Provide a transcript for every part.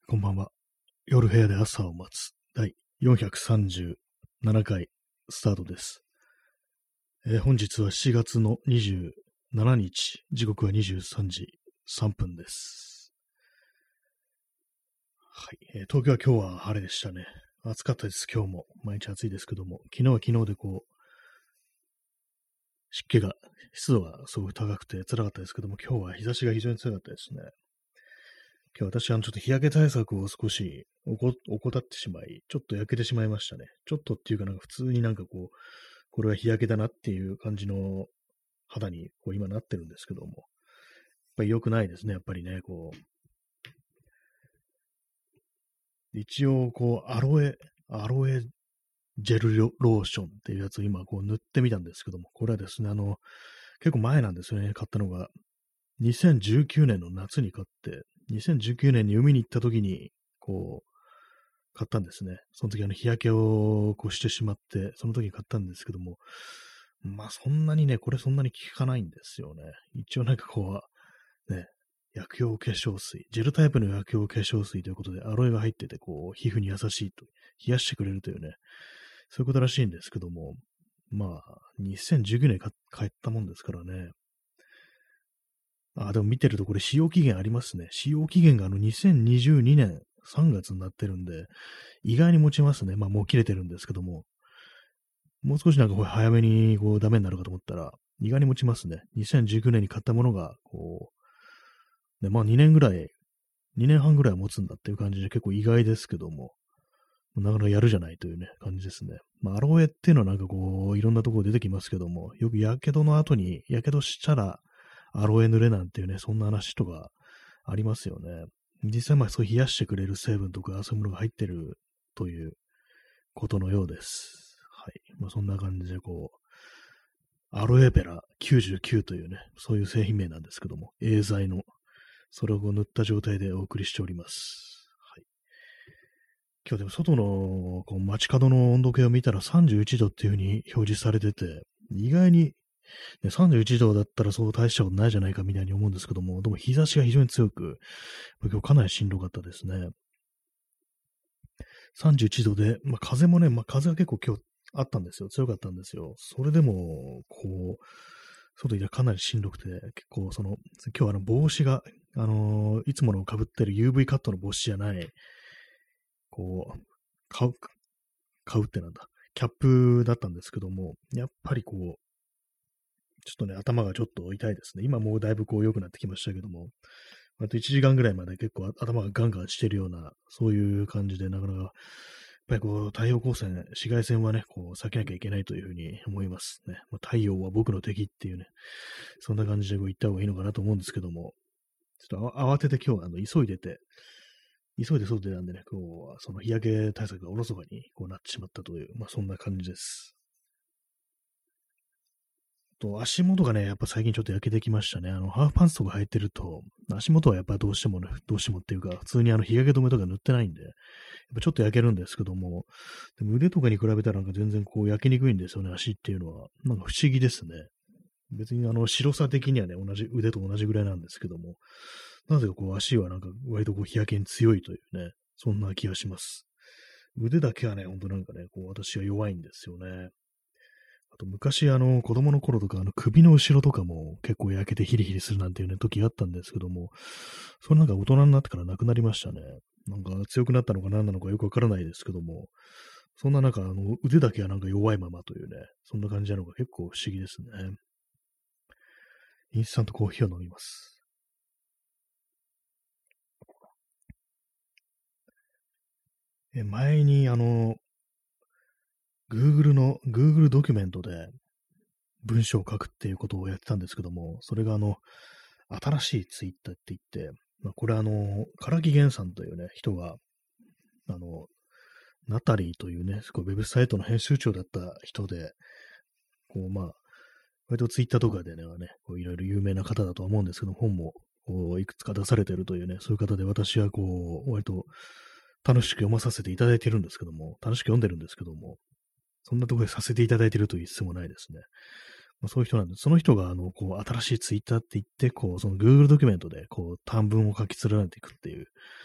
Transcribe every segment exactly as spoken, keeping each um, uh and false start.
こんばんは。夜部屋で朝を待つ第よんひゃくさんじゅうななかいスタートです。えー本日はしちがつのにじゅうしちにち、時刻はにじゅうさんじさんぷんです。はい、えー東京は今日は晴れでしたね。暑かったです、今日も。毎日暑いですけども、昨日は昨日でこう、湿気が、湿度がすごく高くて辛かったですけども、今日は日差しが非常に強かったですね。今日私はちょっと日焼け対策を少しおこ怠ってしまい、ちょっと焼けてしまいましたね。ちょっとっていうかなんか普通になんかこう、これは日焼けだなっていう感じの肌にこう今なってるんですけども、やっぱり良くないですね、やっぱりね、こう。一応こう、アロエ、アロエジェルローションっていうやつを今こう塗ってみたんですけども、これはですね、あの、結構前なんですよね、買ったのが。にせんじゅうきゅうねんの夏に買って、にせんじゅうきゅうねんに海に行った時に、こう、買ったんですね。その時あの日焼けをこうしてしまって、その時に買ったんですけども、まあそんなにね、これそんなに効かないんですよね。一応なんかこう、ね、薬用化粧水、ジェルタイプの薬用化粧水ということで、アロエが入ってて、こう、皮膚に優しいと、冷やしてくれるというね、そういうことらしいんですけども、まあ、にせんじゅうきゅうねんに買ったもんですからね。あ、でも見てるとこれ使用期限ありますね。使用期限があのにせんにじゅうにねんさんがつになってるんで、意外に持ちますね。まあもう切れてるんですけども、もう少しなんかこう早めにこうダメになるかと思ったら、意外に持ちますね。にせんじゅうきゅうねんに買ったものが、こう、ね、まあにねんぐらい、にねんはんぐらい持つんだっていう感じで結構意外ですけども、なかなかやるじゃないというね、感じですね。まあアロエっていうのはなんかこう、いろんなところ出てきますけども、よく火傷の後に、火傷したらアロエ塗れなんていうね、そんな話とかありますよね。実際まあそう冷やしてくれる成分とかそういうものが入ってるということのようです。はい。まあそんな感じでこう、アロエベラきゅうじゅうきゅうというね、そういう製品名なんですけども、エーザイの、それをこう塗った状態でお送りしております。はい。今日でも外のこう街角の温度計を見たらさんじゅういちどっていう風に表示されてて、意外に、ね、さんじゅういちどだったらそう大したことないじゃないかみたいに思うんですけども、でも日差しが非常に強く、今日かなりしんどかったですね。さんじゅういちどで、まあ、風もね、まあ、風が結構今日あったんですよ。強かったんですよ。それでも、こう、外いたらかなりしんどくて、結構その、今日はあの帽子が、あのーいつもの被ってる ユーブイ カットの帽子じゃない、こう、買う、買うってなんだ、キャップだったんですけども、やっぱりこう、ちょっとね、頭がちょっと痛いですね。今もうだいぶこう良くなってきましたけども、あといちじかんぐらいまで結構頭がガンガンしてるような、そういう感じで、なかなか、やっぱりこう、太陽光線、紫外線はね、こう、避けなきゃいけないというふうに思いますね。まあ、太陽は僕の敵っていうね、そんな感じでこう言った方がいいのかなと思うんですけども、ちょっとあ慌てて今日はあの急いでて、急いで外出たんでね、こう、その日焼け対策がおろそかにこうなってしまったという、まあそんな感じです。と、足元がね、やっぱ最近ちょっと焼けてきましたね。あの、ハーフパンツとか履いてると、足元はやっぱどうしてもね、どうしてもっていうか、普通にあの、日焼け止めとか塗ってないんで、やっぱちょっと焼けるんですけども、でも腕とかに比べたらなんか全然こう焼けにくいんですよね、足っていうのは。なんか不思議ですね。別にあの、白さ的にはね、同じ、腕と同じぐらいなんですけども、なぜかこう足はなんか割とこう日焼けに強いというね、そんな気がします。腕だけはね、ほんとなんかね、こう私は弱いんですよね。あと昔、あの、子供の頃とか、あの、首の後ろとかも結構焼けてヒリヒリするなんていうね、時があったんですけども、それなんか大人になってからなくなりましたね。なんか強くなったのか何なのかよくわからないですけども、そんな中、あの、腕だけはなんか弱いままというね、そんな感じなのが結構不思議ですね。インスタントコーヒーを飲みます。え、前に、あの、Google の、Google ドキュメントで文章を書くっていうことをやってたんですけども、それがあの、新しいツイッターって言って、まあ、これあの、唐木源さんというね、人が、あの、ナタリーというね、すごいウェブサイトの編集長だった人で、こうまあ、割とツイッターとかでね、こういろいろ有名な方だとは思うんですけど、本もこういくつか出されてるというね、そういう方で私はこう、割と楽しく読まさせていただいてるんですけども、楽しく読んでるんですけども、そんなところでさせていただいているという必要もないですね。まあ、そういう人なんで、その人が、あの、こう、新しいツイッターって言って、こう、その Google ドキュメントで、こう、短文を書き連ねていくっていう、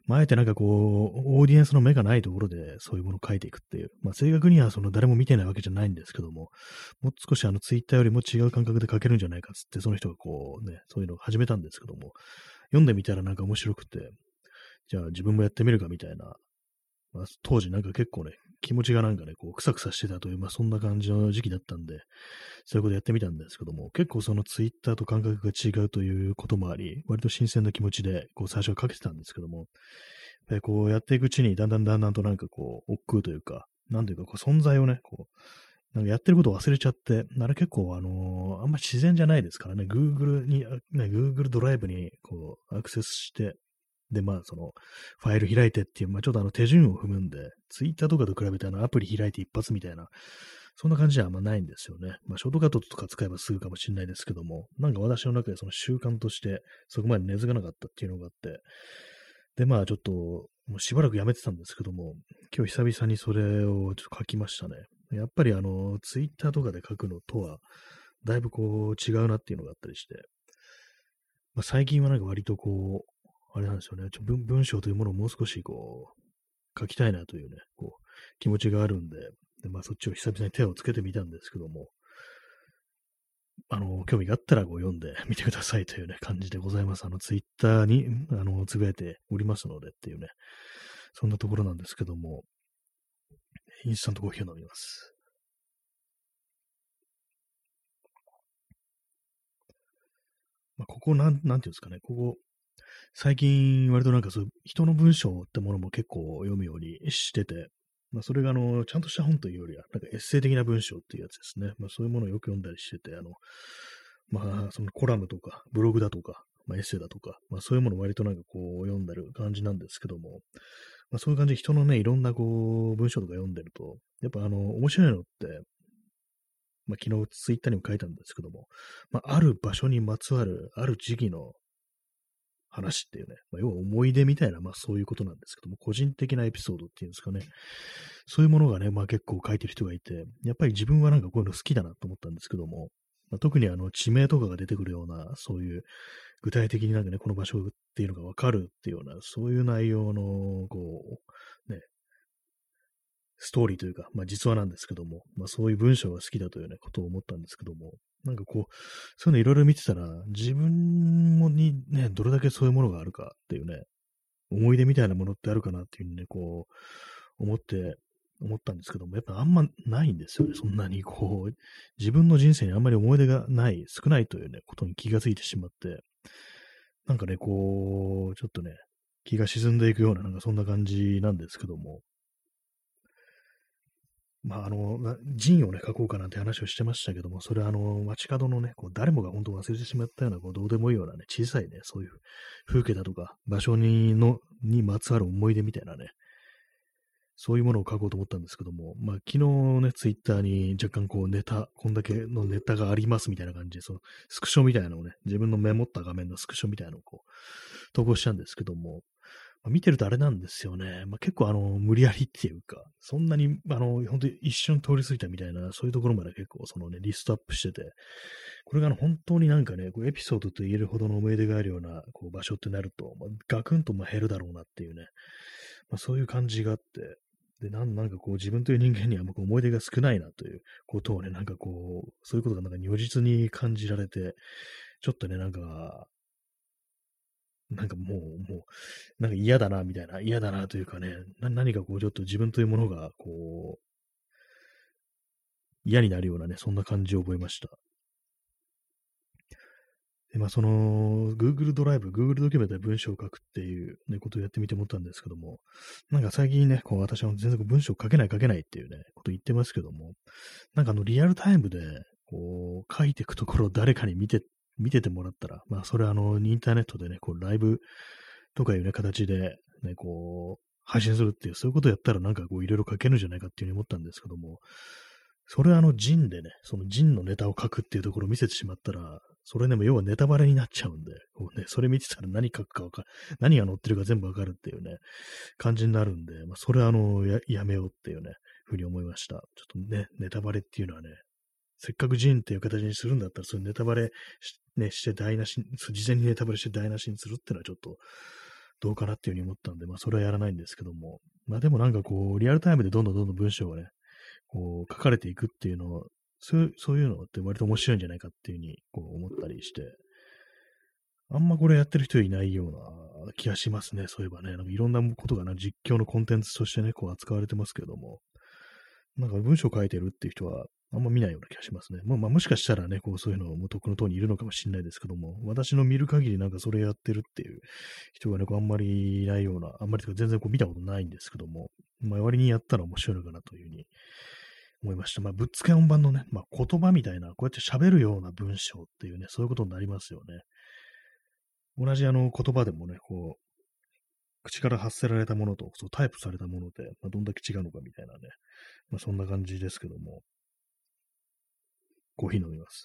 まあ、あえてなんかこう、オーディエンスの目がないところでそういうものを書いていくっていう、まあ、正確にはその誰も見てないわけじゃないんですけども、もう少しあのツイッターよりも違う感覚で書けるんじゃないかっつって、その人がこうね、そういうのを始めたんですけども、読んでみたらなんか面白くて、じゃあ自分もやってみるかみたいな、まあ、当時なんか結構ね、気持ちがなんかね、こう、くさくさしてたという、まあそんな感じの時期だったんで、そういうことやってみたんですけども、結構そのツイッターと感覚が違うということもあり、割と新鮮な気持ちで、こう最初はかけてたんですけども、やっぱりこうやっていくうちにだんだんだんだんとなんかこう、億劫というか、なんというかこう存在をね、こう、なんかやってることを忘れちゃって、あれ結構あのーあんまり自然じゃないですからね、Google に、あね、Google ドライブにこう、アクセスして、で、まあ、その、ファイル開いてっていう、まあ、ちょっとあの手順を踏むんで、ツイッターとかと比べてあのアプリ開いて一発みたいな、そんな感じではあんまないんですよね。まあ、ショートカットとか使えばすぐかもしれないですけども、なんか私の中でその習慣としてそこまで根付かなかったっていうのがあって、で、まあ、ちょっと、もうしばらくやめてたんですけども、今日久々にそれをちょっと書きましたね。やっぱりあの、ツイッターとかで書くのとは、だいぶこう違うなっていうのがあったりして、まあ、最近はなんか割とこう、あれなんですよね、ちょ文文章というものをもう少しこう、書きたいなというね、こう、気持ちがあるんで、で、まあそっちを久々に手をつけてみたんですけども、あの、興味があったらこう読んでみてくださいというね、感じでございます。あの、ツイッターに、あの、つぶやいておりますのでっていうね、そんなところなんですけども、インスタントコーヒーを飲みます。まあ、ここなん、なんていうんですかね、ここ、最近割となんかそういう人の文章ってものも結構読むようにしてて、まあそれがあの、ちゃんとした本というよりは、なんかエッセイ的な文章っていうやつですね。まあそういうものをよく読んだりしてて、あの、まあそのコラムとか、ブログだとか、まあエッセイだとか、まあそういうものを割となんかこう読んでる感じなんですけども、まあそういう感じで人のね、いろんなこう文章とか読んでると、やっぱあの、面白いのって、まあ昨日ツイッターにも書いたんですけども、まあある場所にまつわる、ある時期の話っていうね、まあ、要は思い出みたいな、まあそういうことなんですけども、個人的なエピソードっていうんですかね、そういうものがね、まあ結構書いてる人がいて、やっぱり自分はなんかこういうの好きだなと思ったんですけども、まあ、特にあの地名とかが出てくるような、そういう具体的になんかね、この場所っていうのがわかるっていうような、そういう内容の、こう、ね、ストーリーというか、まあ実話なんですけども、まあそういう文章が好きだというね、ことを思ったんですけども、なんかこう、そういうのいろいろ見てたら、自分もにね、どれだけそういうものがあるかっていうね、思い出みたいなものってあるかなっていうふうにね、こう、思って、思ったんですけども、やっぱあんまないんですよね。そんなにこう、自分の人生にあんまり思い出がない、少ないというね、ことに気がついてしまって、なんかね、こう、ちょっとね、気が沈んでいくような、なんかそんな感じなんですけども、まあ、あの、な陣をね、書こうかなんて話をしてましたけども、それはあの、街角のね、こう誰もが本当忘れてしまったような、こうどうでもいいようなね、小さいね、そういう風景だとか、場所にの、にまつわる思い出みたいなね、そういうものを書こうと思ったんですけども、まあ、昨日ね、ツイッターに若干こうネタ、こんだけのネタがありますみたいな感じで、そのスクショみたいなのをね、自分のメモった画面のスクショみたいなのをこう、投稿したんですけども、まあ、見てるとあれなんですよね。まあ、結構あの、無理やりっていうか、そんなに、あの、本当に一瞬通り過ぎたみたいな、そういうところまで結構そのね、リストアップしてて、これがあの、本当になんかね、こうエピソードと言えるほどの思い出があるような、こう、場所ってなると、まあ、ガクンとまあ減るだろうなっていうね、まあ、そういう感じがあって、で、なんなんかこう、自分という人間には僕思い出が少ないなということをね、なんかこう、そういうことがなんか如実に感じられて、ちょっとね、なんか、なんかもう、もう、なんか嫌だな、みたいな、嫌だなというかね、な何かこう、ちょっと自分というものが、こう、嫌になるようなね、そんな感じを覚えました。で、まあ、その、Google ドライブ、Google ドキュメントで文章を書くっていう、ね、ことをやってみて思ったんですけども、なんか最近ね、こう、私は全然こう文章を書けない書けないっていうね、こと言ってますけども、なんかあの、リアルタイムで、こう、書いていくところを誰かに見て、見ててもらったら、まあ、それはあの、インターネットでね、こう、ライブとかいうね、形で、ね、こう、配信するっていう、そういうことをやったらなんかこう、いろいろ書けるんじゃないかっていうふうに思ったんですけども、それはあの、ジンでね、そのジンのネタを書くっていうところを見せてしまったら、それでも要はネタバレになっちゃうんで、こうね、それ見てたら何書くかわか何が載ってるか全部わかるっていうね、感じになるんで、まあ、それはあの、や、やめようっていうね、ふうに思いました。ちょっとね、ネタバレっていうのはね、せっかくジンっていう形にするんだったら、それネタバレし、ね、して台無しに、そう事前にネタバレして台無しにするっていうのはちょっと、 どうかなっていうふうに思ったんで、まあ、それはやらないんですけども、まあ、でもなんかこう、リアルタイムでどんどんどんどん文章がね、こう、書かれていくっていうのを、そういう、そういうのって割と面白いんじゃないかっていうふうにこう思ったりして、あんまこれやってる人いないような気がしますね。そういえばね。なんかいろんなことがな、実況のコンテンツとしてね、こう扱われてますけども、なんか文章書いてるっていう人はあんま見ないような気がしますね。まあ、まあ、もしかしたらね、こうそういうのも徳の塔にいるのかもしれないですけども、私の見る限りなんかそれやってるっていう人がね、こうあんまりいないような、あんまりとか全然こう見たことないんですけども、まあ、割にやったら面白いのかなというふうに思いました。まあ、ぶっつけ本番のね、まあ、言葉みたいな、こうやって喋るような文章っていうね、そういうことになりますよね。同じあの言葉でもね、こう、口から発せられたものと、そうタイプされたもので、まあ、どんだけ違うのかみたいなね、まあ、そんな感じですけども、コーヒー飲みます。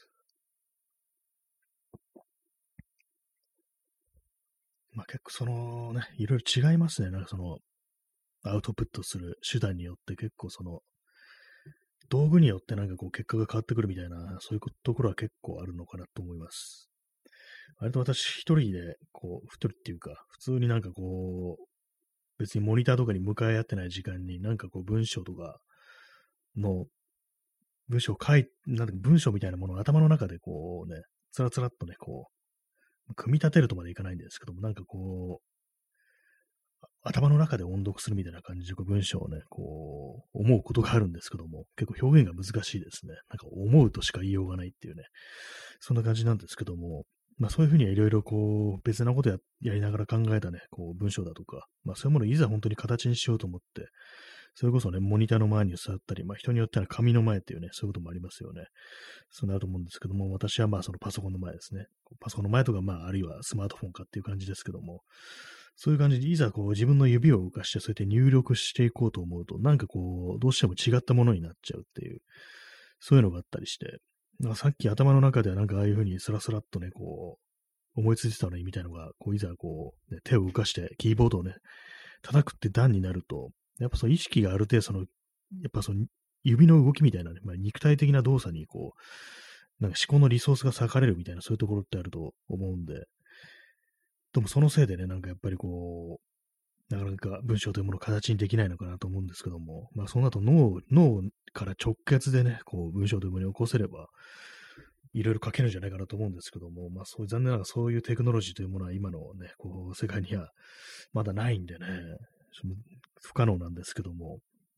まあ結構そのね、いろいろ違いますね。なんかその、アウトプットする手段によって結構その、道具によってなんかこう結果が変わってくるみたいな、そういうところは結構あるのかなと思います。割と私一人で、こう、一人っていうか、普通になんかこう、別にモニターとかに向かい合ってない時間に、なんかこう文章とかの、文章を書い、なんか文章みたいなものを頭の中でこうね、つらつらっとね、こう、組み立てるとまでいかないんですけども、なんかこう、頭の中で音読するみたいな感じでこう文章をね、こう、思うことがあるんですけども、結構表現が難しいですね。なんか思うとしか言いようがないっていうね、そんな感じなんですけども、まあそういうふうにはいろいろこう、別なことややりながら考えたね、こう文章だとか、まあそういうものをいざ本当に形にしようと思って、それこそね、モニターの前に座ったり、まあ人によっては紙の前っていうね、そういうこともありますよね。そうなると思うんですけども、私はまあそのパソコンの前ですね。パソコンの前とか、まああるいはスマートフォンかっていう感じですけども、そういう感じで、いざこう自分の指を動かして、そうやって入力していこうと思うと、なんかこう、どうしても違ったものになっちゃうっていう、そういうのがあったりして、なんかさっき頭の中ではなんかああいう風にスラスラっとね、こう、思いついてたのにみたいなのが、こう、いざこう、ね、手を動かしてキーボードをね、叩くって段になると、やっぱその意識がある程度その、やっぱその指の動きみたいなね、まあ、肉体的な動作にこう、なんか思考のリソースが割かれるみたいな、そういうところってあると思うんで、でもそのせいでね、なんかやっぱりこう、なかなか文章というものを形にできないのかなと思うんですけども、まあそうなると脳、脳から直結でね、こう文章というものに起こせれば、いろいろ書けるんじゃないかなと思うんですけども、まあそういう残念ながらそういうテクノロジーというものは今のね、こう世界にはまだないんでね、不可能なんですけども、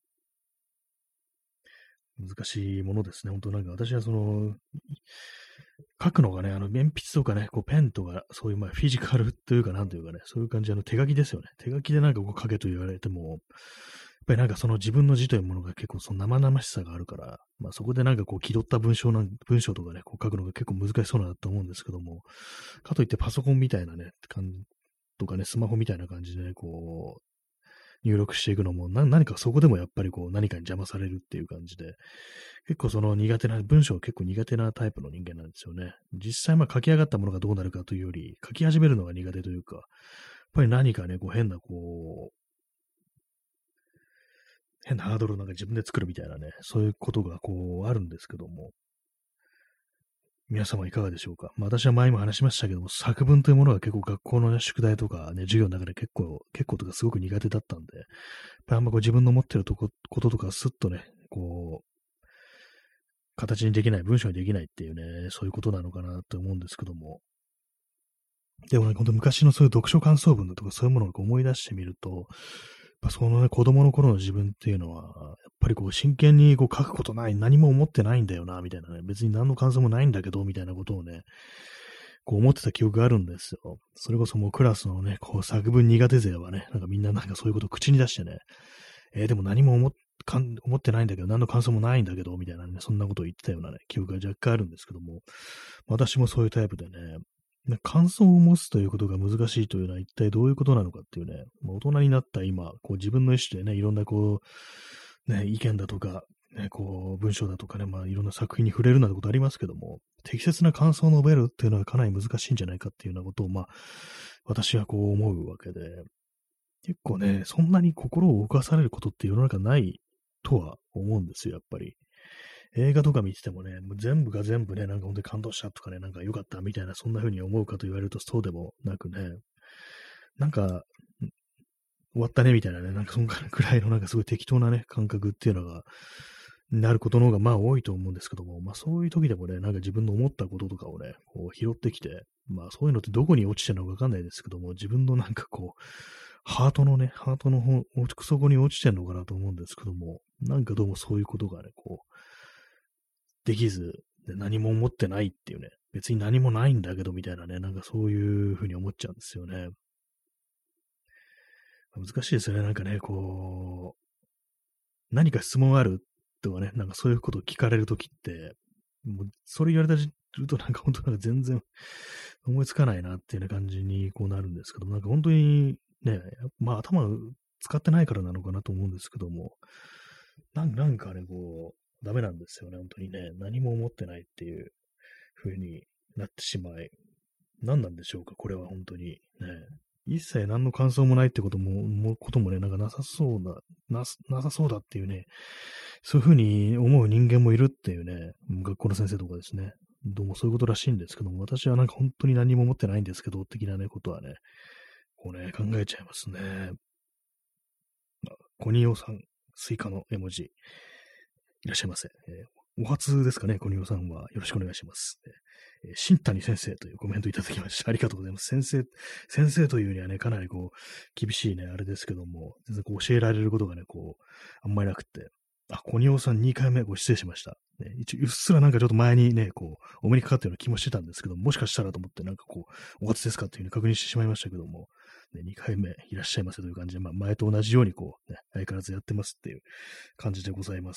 難しいものですね。本当なんか私はその、書くのがね、あの、鉛筆とかね、こうペンとか、そういうまあフィジカルというかなんというかね、そういう感じであの手書きですよね。手書きでなんかこう書けと言われても、やっぱりなんかその自分の字というものが結構その生々しさがあるから、まあそこでなんかこう気取った文章なん、文章とかね、こう書くのが結構難しそうだなと思うんですけども、かといってパソコンみたいなね、感じとかね、スマホみたいな感じでね、こう、入力していくのも、な何かそこでもやっぱりこう何かに邪魔されるっていう感じで、結構その苦手な、文章結構苦手なタイプの人間なんですよね。実際まあ書き上がったものがどうなるかというより、書き始めるのが苦手というか、やっぱり何かね、こう変なこう、変なハードルをなんか自分で作るみたいなね、そういうことがこうあるんですけども、皆様いかがでしょうか。まあ私は前も話しましたけども、作文というものが結構学校の、ね、宿題とかね、授業の中で結構、結構とかすごく苦手だったんで、やっぱりあんまこう自分の持ってるとここととかスッとね、こう、形にできない、文章にできないっていうね、そういうことなのかなと思うんですけども。でもね、ほんと昔のそういう読書感想文だとかそういうものを思い出してみると、やっぱそのね、子供の頃の自分っていうのは、やっぱりこう真剣にこう書くことない、何も思ってないんだよな、みたいなね、別に何の感想もないんだけど、みたいなことをね、こう思ってた記憶があるんですよ。それこそもうクラスのね、こう作文苦手勢はね、なんかみんななんかそういうことを口に出してね、えー、でも何も思っかん思ってないんだけど、何の感想もないんだけど、みたいなね、そんなことを言ってたようなね、記憶が若干あるんですけども、私もそういうタイプでね、ね感想を持つということが難しいというのは一体どういうことなのかっていうね、まあ、大人になった今、こう自分の意思でね、いろんなこう、ね、意見だとか、ね、こう、文章だとかね、まあ、いろんな作品に触れるなんてことありますけども、適切な感想を述べるっていうのはかなり難しいんじゃないかっていうようなことを、まあ、私はこう思うわけで、結構ね、そんなに心を動かされることって世の中ないとは思うんですよ、やっぱり。映画とか見ててもね、もう全部が全部ね、なんか本当に感動したとかね、なんか良かったみたいな、そんな風に思うかと言われるとそうでもなくね、 なんか、終わったねみたいなね、なんかそんくらいのなんかすごい適当なね、感覚っていうのが、なることの方がまあ多いと思うんですけども、まあそういう時でもね、なんか自分の思ったこととかをね、こう拾ってきて、まあそういうのってどこに落ちてるのかわかんないですけども、自分のなんかこう、ハートのね、ハートの方、奥底に落ちてるのかなと思うんですけども、なんかどうもそういうことがね、こう、できず、で何も思ってないっていうね、別に何もないんだけどみたいなね、なんかそういうふうに思っちゃうんですよね。難しいですよね。なんかね、こう、何か質問あるとかね、なんかそういうことを聞かれるときって、もうそれ言われたりするとなんか本当なんか全然思いつかないなっていうような感じにこうなるんですけども、なんか本当にね、まあ頭使ってないからなのかなと思うんですけども、なんなんかね、こう、ダメなんですよね、本当にね。何も思ってないっていう風になってしまい、何なんでしょうか、これは本当に。ね。一切何の感想もないってことも、もこともね、なんかなさそうだ、な、なさそうだっていうね、そういうふうに思う人間もいるっていうね、学校の先生とかですね、どうもそういうことらしいんですけども、私はなんか本当に何も思ってないんですけど、的なね、ことはね、こうね、考えちゃいますね。コニオさん、スイカの絵文字、いらっしゃいませ。えーお初ですかね、コニオさんは。よろしくお願いします。えー新谷先生というコメントいただきました。ありがとうございます。先生、先生というにはね、かなりこう、厳しいね、あれですけども、全然こう教えられることがね、こう、あんまりなくって。あ、コニオさんにかいめご失礼しました。ね、一応、うっすらなんかちょっと前にね、こう、お目にかかったような気もしてたんですけども、もしかしたらと思って、なんかこう、お初ですかっていうふうに確認してしまいましたけども、ね、にかいめいらっしゃいませという感じで、まあ、前と同じようにこう、ね、相変わらずやってますっていう感じでございます。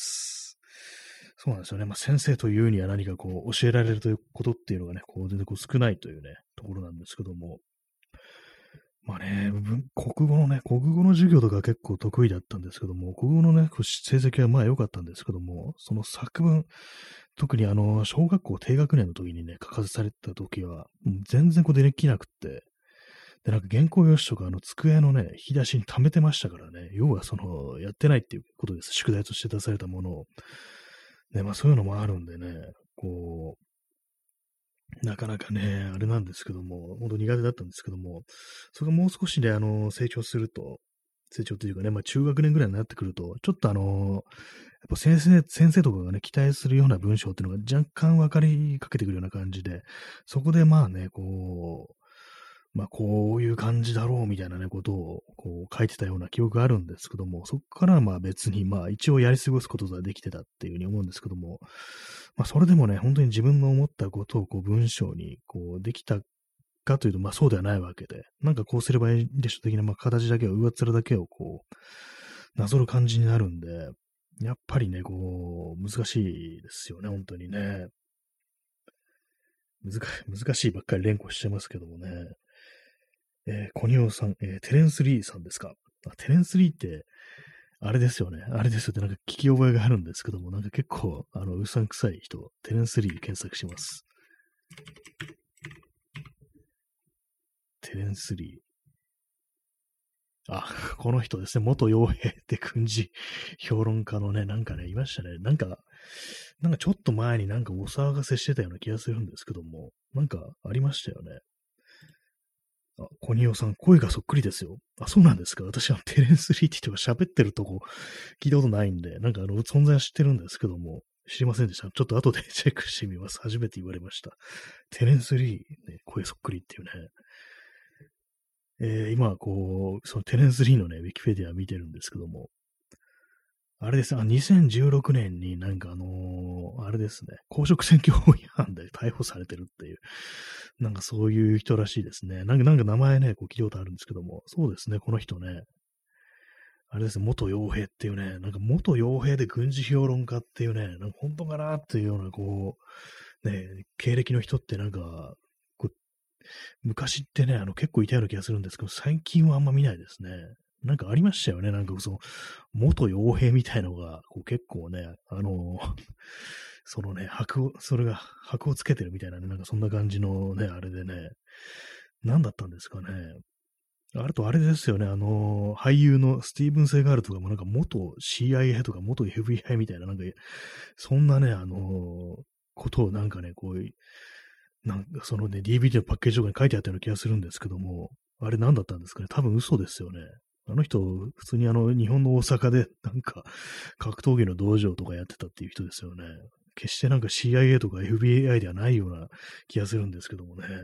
そうなんですよね。まあ、先生というには何かこう、教えられるということっていうのがね、こう、全然こう少ないというね、ところなんですけども。まあね、文国語のね、国語の授業とか結構得意だったんですけども、国語のね、こう成績はまあ良かったんですけども、その作文、特にあの、小学校低学年の時にね、書かされた時は、もう全然こうできなくって、で、なんか原稿用紙とかあの机のね、引き出しに溜めてましたからね、要はその、やってないっていうことです。宿題として出されたものを。ね、まあそういうのもあるんでね、こう、なかなかね、あれなんですけども、本当苦手だったんですけども、それがもう少しで、あの、成長すると、成長というかね、まあ中学年ぐらいになってくると、ちょっとあの、やっぱ先生、先生とかがね、期待するような文章っていうのが若干分かりかけてくるような感じで、そこでまあね、こう、まあ、こういう感じだろうみたいなね、ことをこう書いてたような記憶があるんですけども、そこからはまあ別にまあ一応やり過ごすことができてたっていうふうに思うんですけども、まあそれでもね、本当に自分の思ったことをこう文章にこうできたかというと、まあそうではないわけで、なんかこうすればいいでしょ的なまあ形だけを、上っ面だけをこう、なぞる感じになるんで、やっぱりね、こう、難しいですよね、本当にね。難難しいばっかり連呼してますけどもね。えー、コニオさん、えー、テレンス・リーさんですか。あ、テレンス・リーって、あれですよね。あれですよって、なんか聞き覚えがあるんですけども、なんか結構、あの、うさんくさい人、テレンス・リー検索します。テレンス・リー。あ、この人ですね。元傭兵って軍事評論家のね、なんかね、いましたね。なんか、なんかちょっと前になんかお騒がせしてたような気がするんですけども、なんかありましたよね。あ、コニオさん、声がそっくりですよ。あ、そうなんですか。私はテレンス・リーって人が喋ってるとこ聞いたことないんで、なんかあの、存在は知ってるんですけども、知りませんでした。ちょっと後でチェックしてみます。初めて言われました。テレンス・リー、ね、声そっくりっていうね。えー、今、こう、そのテレンス・リーのね、ウィキペディア見てるんですけども、あれです。あ、にせんじゅうろくねんになんかあのーあれですね、公職選挙法違反で逮捕されてるっていう、なんかそういう人らしいですね。なんか、なんか名前ね、こう聞いたことあるんですけども、そうですね、この人ね、あれですね、元傭兵っていうね、なんか元傭兵で軍事評論家っていうね、なんか本当かなっていうような、こう、ね、経歴の人ってなんか、こう昔ってね、あの結構いたような気がするんですけど、最近はあんま見ないですね。なんかありましたよね。なんかその、元傭兵みたいのが、こう結構ね、あの、そのね、箔を、それが箔をつけてるみたいなね、なんかそんな感じのね、あれでね、何だったんですかね。あれとあれですよね、あの、俳優のスティーブン・セガールとかもなんか元 シーアイエー とか元 エフビーアイ みたいな、なんか、そんなね、あの、ことをなんかね、こう、なんかそのね、ディーブイディー のパッケージとかに書いてあったような気がするんですけども、 あれ何だったんですかね。多分嘘ですよね。あの人、普通にあの、日本の大阪で、なんか、格闘技の道場とかやってたっていう人ですよね。決してなんか シーアイエー とか エフビーアイ ではないような気がするんですけどもね。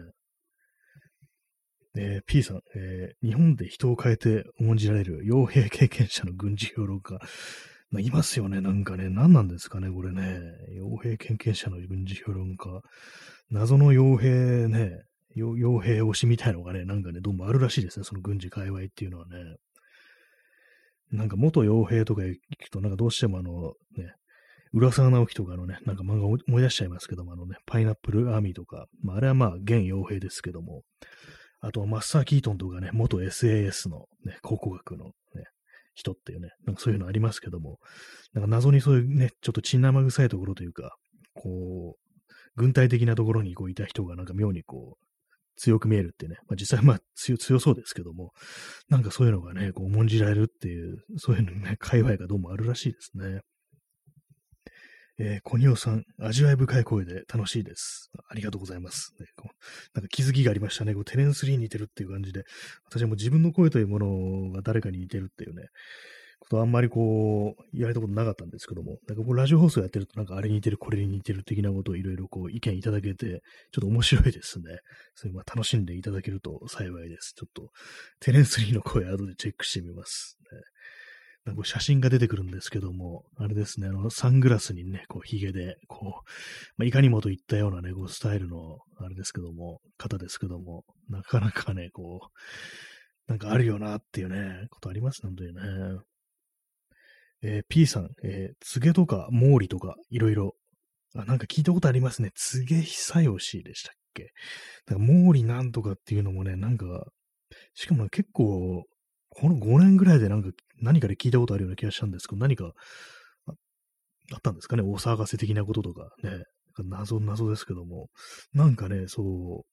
えー、P さん、えー日本で人を変えて重んじられる傭兵経験者の軍事評論家。まあ、いますよね。なんかね、何なんですかね、これね。傭兵経験者の軍事評論家。謎の傭兵ね、傭傭兵推しみたいなのがね、なんかね、どうもあるらしいですね。その軍事界隈っていうのはね。なんか元傭兵とか行くと、なんかどうしてもあの、ね、浦沢直樹とかのね、なんか漫画を思い出しちゃいますけども、あのね、パイナップルアーミーとか、まあ、あれはまあ、現傭兵ですけども、あとはマッサー・キートンとかね、元 エスエーエス のね、考古学のね、人っていうね、なんかそういうのありますけども、なんか謎にそういうね、ちょっと血生臭いところというか、こう、軍隊的なところにこういた人がなんか妙にこう、強く見えるっていうね、まあ実際まあ強強そうですけども、なんかそういうのがね、こう重んじられるっていう、そういうのね、界隈がどうもあるらしいですね。えー、コニオさん、味わい深い声で楽しいです。ありがとうございます。ね、こうなんか気づきがありましたね。こうテレンスリーに似てるっていう感じで、私はもう自分の声というものが誰かに似てるっていうね、ことあんまりこう、言われたことなかったんですけども、なんかこうラジオ放送やってるとなんかあれに似てる、これに似てる的なことをいろいろこう意見いただけて、ちょっと面白いですね。それまあ楽しんでいただけると幸いです。ちょっとテレンスリーの声後でチェックしてみます。ね、なんか写真が出てくるんですけども、あれですね、あの、サングラスにね、こう、髭で、こう、まあ、いかにもといったようなね、こう、スタイルの、あれですけども、方ですけども、なかなかね、こう、なんかあるよなっていうね、ことありますね、本当にね。えー P さん、えー、ツゲとか毛利とか、いろいろ、あ、なんか聞いたことありますね。ツゲ久吉でしたっけ？なんか毛利なんとかっていうのもね、なんか、しかも結構、このごねんぐらいでなんか何かで聞いたことあるような気がしたんですけど、何かああったんですかね、お騒がせ的なこととかね。謎、謎ですけども。なんかね、そう、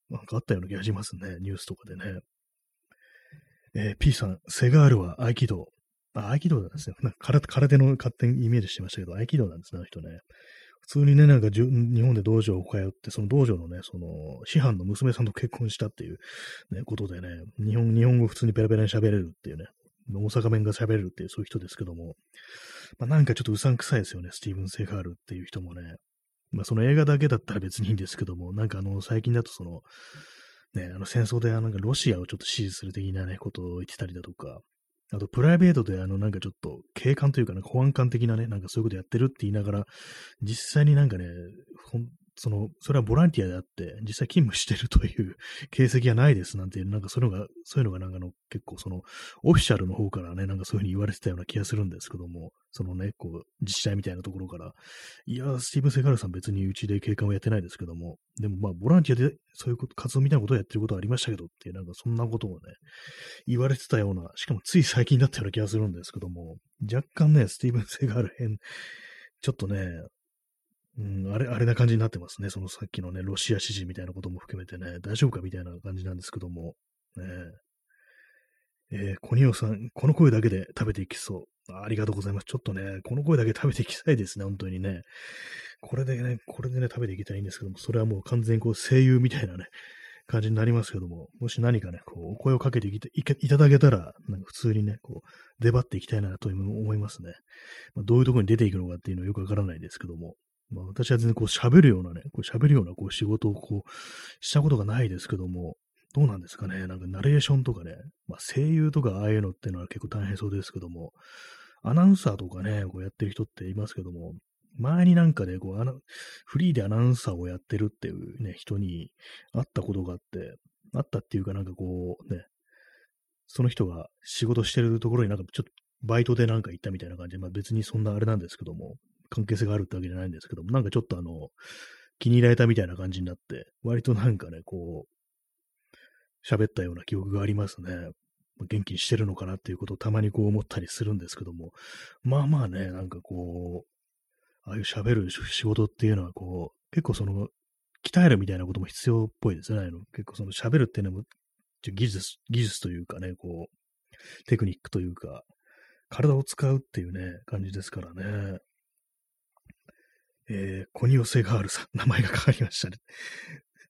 なんかあったような気がしますね、ニュースとかでね。えー P さん、セガールは合気道。あ、合気道なんですよ。なんか空手空手の勝手にイメージしてましたけど、合気道なんですね、あの人ね。普通にね、なんかじゅ日本で道場を通って、その道場のね、その、師範の娘さんと結婚したっていう、ね、ことでね、日本、日本語普通にペラペラに喋れるっていうね、大阪弁が喋れるっていう、そういう人ですけども、まあ、なんかちょっとうさんくさいですよね、スティーブン・セガールっていう人もね。まあ、その映画だけだったら別にいいんですけども、なんかあの、最近だとその、ね、あの戦争であのなんかロシアをちょっと支持する的なね、ことを言ってたりだとか、あとプライベートであのなんかちょっと警官というかなんか保安官的なね、なんかそういうことやってるって言いながら、実際になんかね、ほんその、それはボランティアであって、実際勤務してるという形跡はないですなんていう、なんかそういうのが、そういうのがなんかの結構その、オフィシャルの方からね、なんかそういうふうに言われてたような気がするんですけども、そのね、こう、自治体みたいなところから、いや、スティーブン・セガールさん別にうちで警官をやってないですけども、でもまあ、ボランティアでそういうこと、活動みたいなことをやってることはありましたけどっていう、なんかそんなことをね、言われてたような、しかもつい最近だったような気がするんですけども、若干ね、スティーブン・セガール編、ちょっとね、うん、あれ、あれな感じになってますね。そのさっきのね、ロシア支持みたいなことも含めてね、大丈夫かみたいな感じなんですけども、ねえー、コニオさん、この声だけで食べていきそう。あ、ありがとうございます。ちょっとね、この声だけ食べていきたいですね、本当にね。これでね、これでね、食べていきたいんですけども、それはもう完全にこう、声優みたいなね、感じになりますけども、もし何かね、こう、お声をかけていたいけいただけたら、なんか普通にね、こう、出張っていきたいなと思いますね。まあ、どういうところに出ていくのかっていうのはよくわからないですけども、まあ、私は全然こう喋るようなね、こう喋るようなこう仕事をこうしたことがないですけども、どうなんですかね。なんかナレーションとかね、まあ、声優とかああいうのっていうのは結構大変そうですけども、アナウンサーとかね、こうやってる人っていますけども、前になんかね、こうアナ、フリーでアナウンサーをやってるっていうね、人に会ったことがあって、あったっていうかなんかこうね、その人が仕事してるところになんかちょっとバイトでなんか行ったみたいな感じで、まあ別にそんなあれなんですけども、関係性があるってわけじゃないんですけども、なんかちょっとあの、気に入られたみたいな感じになって、割となんかね、こう、喋ったような記憶がありますね。元気にしてるのかなっていうことをたまにこう思ったりするんですけども、まあまあね、なんかこう、ああいう喋る仕事っていうのはこう、結構その、鍛えるみたいなことも必要っぽいですね。あの結構その喋るっていうのも、技術、技術というかね、こう、テクニックというか、体を使うっていうね、感じですからね。えー、コニオセガールさん、名前がかかりましたね。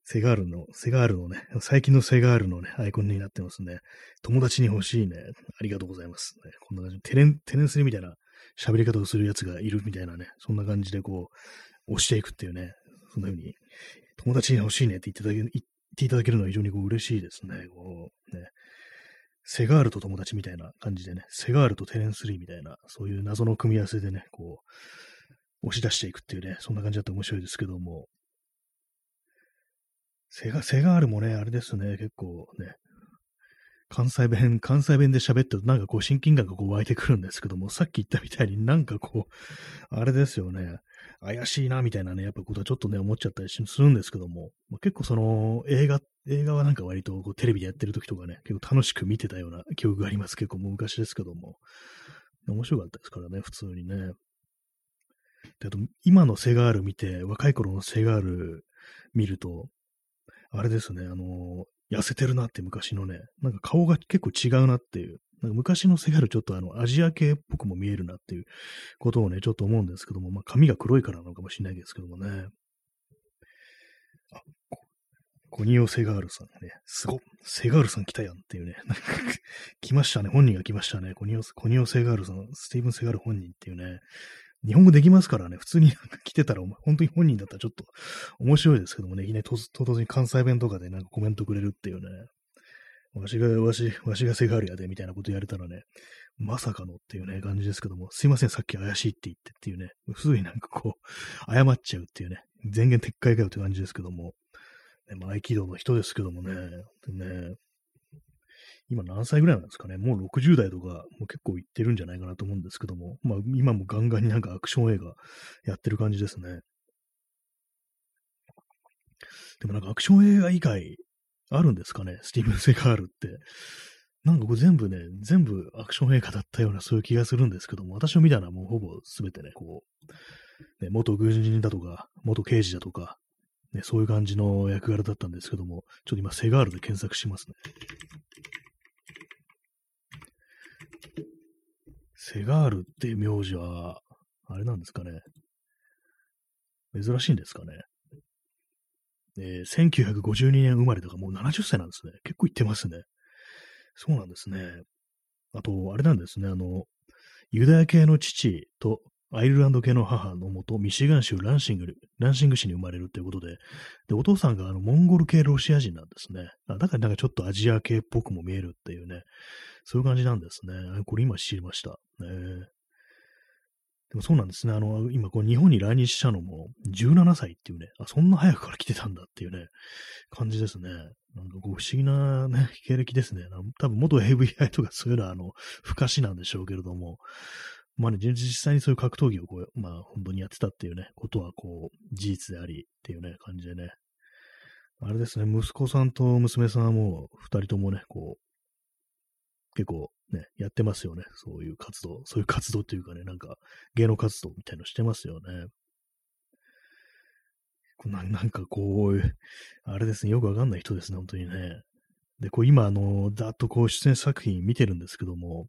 セガールの、セガールのね、最近のセガールのね、アイコンになってますね。友達に欲しいね。ありがとうございます。ね、こんな感じ。テレン、テレンスリみたいな喋り方をするやつがいるみたいなね、そんな感じでこう、押していくっていうね、そんな風に、友達に欲しいねって言っていただけ、言っていただけるのは非常にこう嬉しいですね。こう、ね。セガールと友達みたいな感じでね、セガールとテレンスリーみたいな、そういう謎の組み合わせでね、こう、押し出していくっていうね、そんな感じだと面白いですけども、セガ、セガールもね、あれですね、結構ね、関西弁、関西弁で喋ってるとなんかこう親近感がこう湧いてくるんですけども、さっき言ったみたいになんかこう、あれですよね、怪しいなみたいなね、やっぱことはちょっとね、思っちゃったりするんですけども、まあ、結構その映画、映画はなんか割とこうテレビでやってる時とかね、結構楽しく見てたような記憶があります。結構もう昔ですけども。面白かったですからね、普通にね。で、あと、今のセガール見て、若い頃のセガール見ると、あれですね、あの痩せてるなって昔のね、なんか顔が結構違うなっていう、なんか昔のセガールちょっとあの、アジア系っぽくも見えるなっていうことをね、ちょっと思うんですけども、まあ髪が黒いからなのかもしれないですけどもね。あ、コニオ・セガールさんね。すごっ。セガールさん来たやんっていうね。なんか来ましたね。本人が来ましたね。コニオ、コニオ・セガールさん、スティーブン・セガール本人っていうね。日本語できますからね。普通になんか来てたら、本当に本人だったらちょっと面白いですけどもね。いきなりと唐突に関西弁とかでなんかコメントくれるっていうね。わしが、わし、わしがセガールやで、みたいなことやれたらね、まさかのっていうね、感じですけども、すいません、さっき怪しいって言ってっていうね、普通になんかこう、謝っちゃうっていうね、全言撤回かよって感じですけども、ね、まあ、合気道の人ですけどもね、ね、今何歳ぐらいなんですかね、もうろくじゅう代とか、もう結構いってるんじゃないかなと思うんですけども、まあ、今もガンガンになんかアクション映画やってる感じですね。でもなんかアクション映画以外あるんですかね、スティーブン・セガールって。なんかこれ全部ね、全部アクション映画だったようなそういう気がするんですけども、私を見たのはもうほぼ全てね、こう、ね、元軍人だとか、元刑事だとか、ね、そういう感じの役柄だったんですけども、ちょっと今セガールで検索しますね。セガールっていう名字は、あれなんですかね。珍しいんですかね。えー、せんきゅうひゃくごじゅうにねん生まれだからもうななじゅっさいなんですね。結構いってますね。そうなんですね。あと、あれなんですね。あの、ユダヤ系の父とアイルランド系の母のもと、ミシガン州ランシング、ランシング市に生まれるということで、で、お父さんがあのモンゴル系ロシア人なんですね。あだからなんかちょっとアジア系っぽくも見えるっていうね、そういう感じなんですね。これ今知りました。ね、でもそうなんですね。あの、今こう日本に来日したのもじゅうななさいっていうね、あ、そんな早くから来てたんだっていうね、感じですね。なんかこう不思議なね、経歴ですね。多分元 エーブイアイ とかそういうのはあの、不可視なんでしょうけれども、まあね、実際にそういう格闘技をこう、まあ本当にやってたっていうね、ことはこう、事実でありっていうね、感じでね。あれですね、息子さんと娘さんはもう二人ともね、こう、結構ね、やってますよね。そういう活動、そういう活動っていうかね、なんか芸能活動みたいのしてますよね。ななんかこう、あれですね、よくわかんない人ですね、本当にね。で、こう今、あの、ざっとこう出演作品見てるんですけども、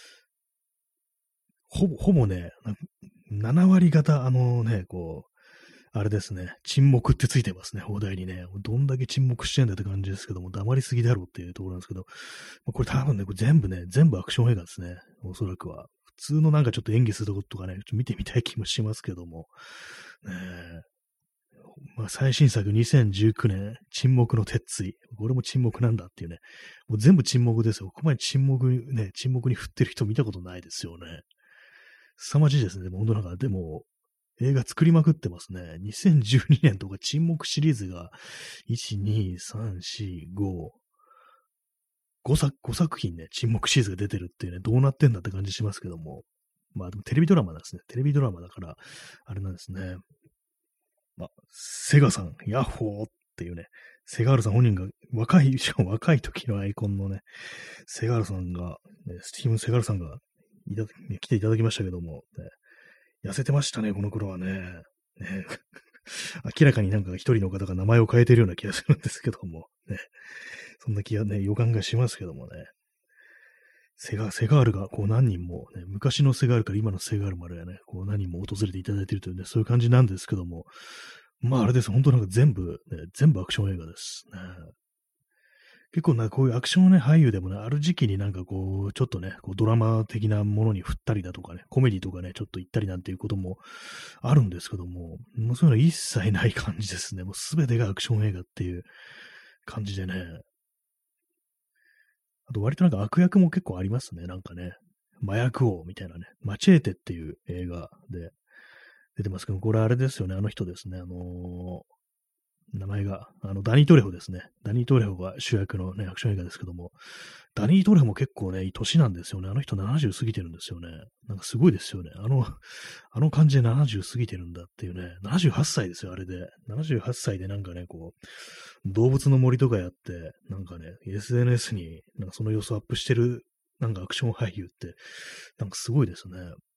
ほぼ、ほぼね、なな割方、あのね、こう、あれですね、沈黙ってついてますね、放題にね。どんだけ沈黙してんだって感じですけども、黙りすぎだろうっていうところなんですけど、これ多分ね、これ全部ね、全部アクション映画ですね、おそらくは。普通のなんかちょっと演技するとことかね、ちょっと見てみたい気もしますけども、ねえ、まあ、最新作にせんじゅうきゅうねん、沈黙の鉄槌。これも沈黙なんだっていうね。もう全部沈黙ですよ。ここまで沈黙にね、沈黙に振ってる人見たことないですよね。凄まじいですね。でも本当なんか、でも、映画作りまくってますね。にせんじゅうにねんとか沈黙シリーズが、いち、に、さん、よん、ご、ご作、ご作品ね、沈黙シリーズが出てるっていうね、どうなってんだって感じしますけども。まあでもテレビドラマなんですね。テレビドラマだから、あれなんですね。まあ、セガさん、ヤッホーっていうね、セガールさん本人が若い、しかも若い時のアイコンのね、セガールさんが、ね、スティーブン・セガールさんがいた、ね、来ていただきましたけども、ね、痩せてましたね、この頃はね。ね明らかになんか一人の方が名前を変えてるような気がするんですけども、ね、そんな気がね、予感がしますけどもね。セガ、セガールがこう何人も、ね、昔のセガールから今のセガールまでね、こう何人も訪れていただいているというね、そういう感じなんですけども、 まああれです。本当なんか全部、ね、全部アクション映画ですね。結構な、こういうアクションね、俳優でもね、ある時期になんかこう、ちょっとね、こうドラマ的なものに振ったりだとかね、コメディとかね、ちょっと行ったりなんていうこともあるんですけども、もうそういうの一切ない感じですね。もうすべてがアクション映画っていう感じでね。あと割となんか悪役も結構ありますね。なんかね、麻薬王みたいなね、マチェーテっていう映画で出てますけど、これあれですよね、あの人ですね。あのー名前が、あの、ダニー・トレホですね。ダニー・トレホが主役のね、アクション映画ですけども、ダニー・トレホも結構ね、いい年なんですよね。あの人ななじゅう過ぎてるんですよね。なんかすごいですよね。あの、あの感じでななじゅう過ぎてるんだっていうね。ななじゅうはっさいですよ、あれで。ななじゅうはっさいでなんかね、こう、動物の森とかやって、なんかね、エスエヌエス になんかその様子をアップしてる、なんかアクション俳優って、なんかすごいですね。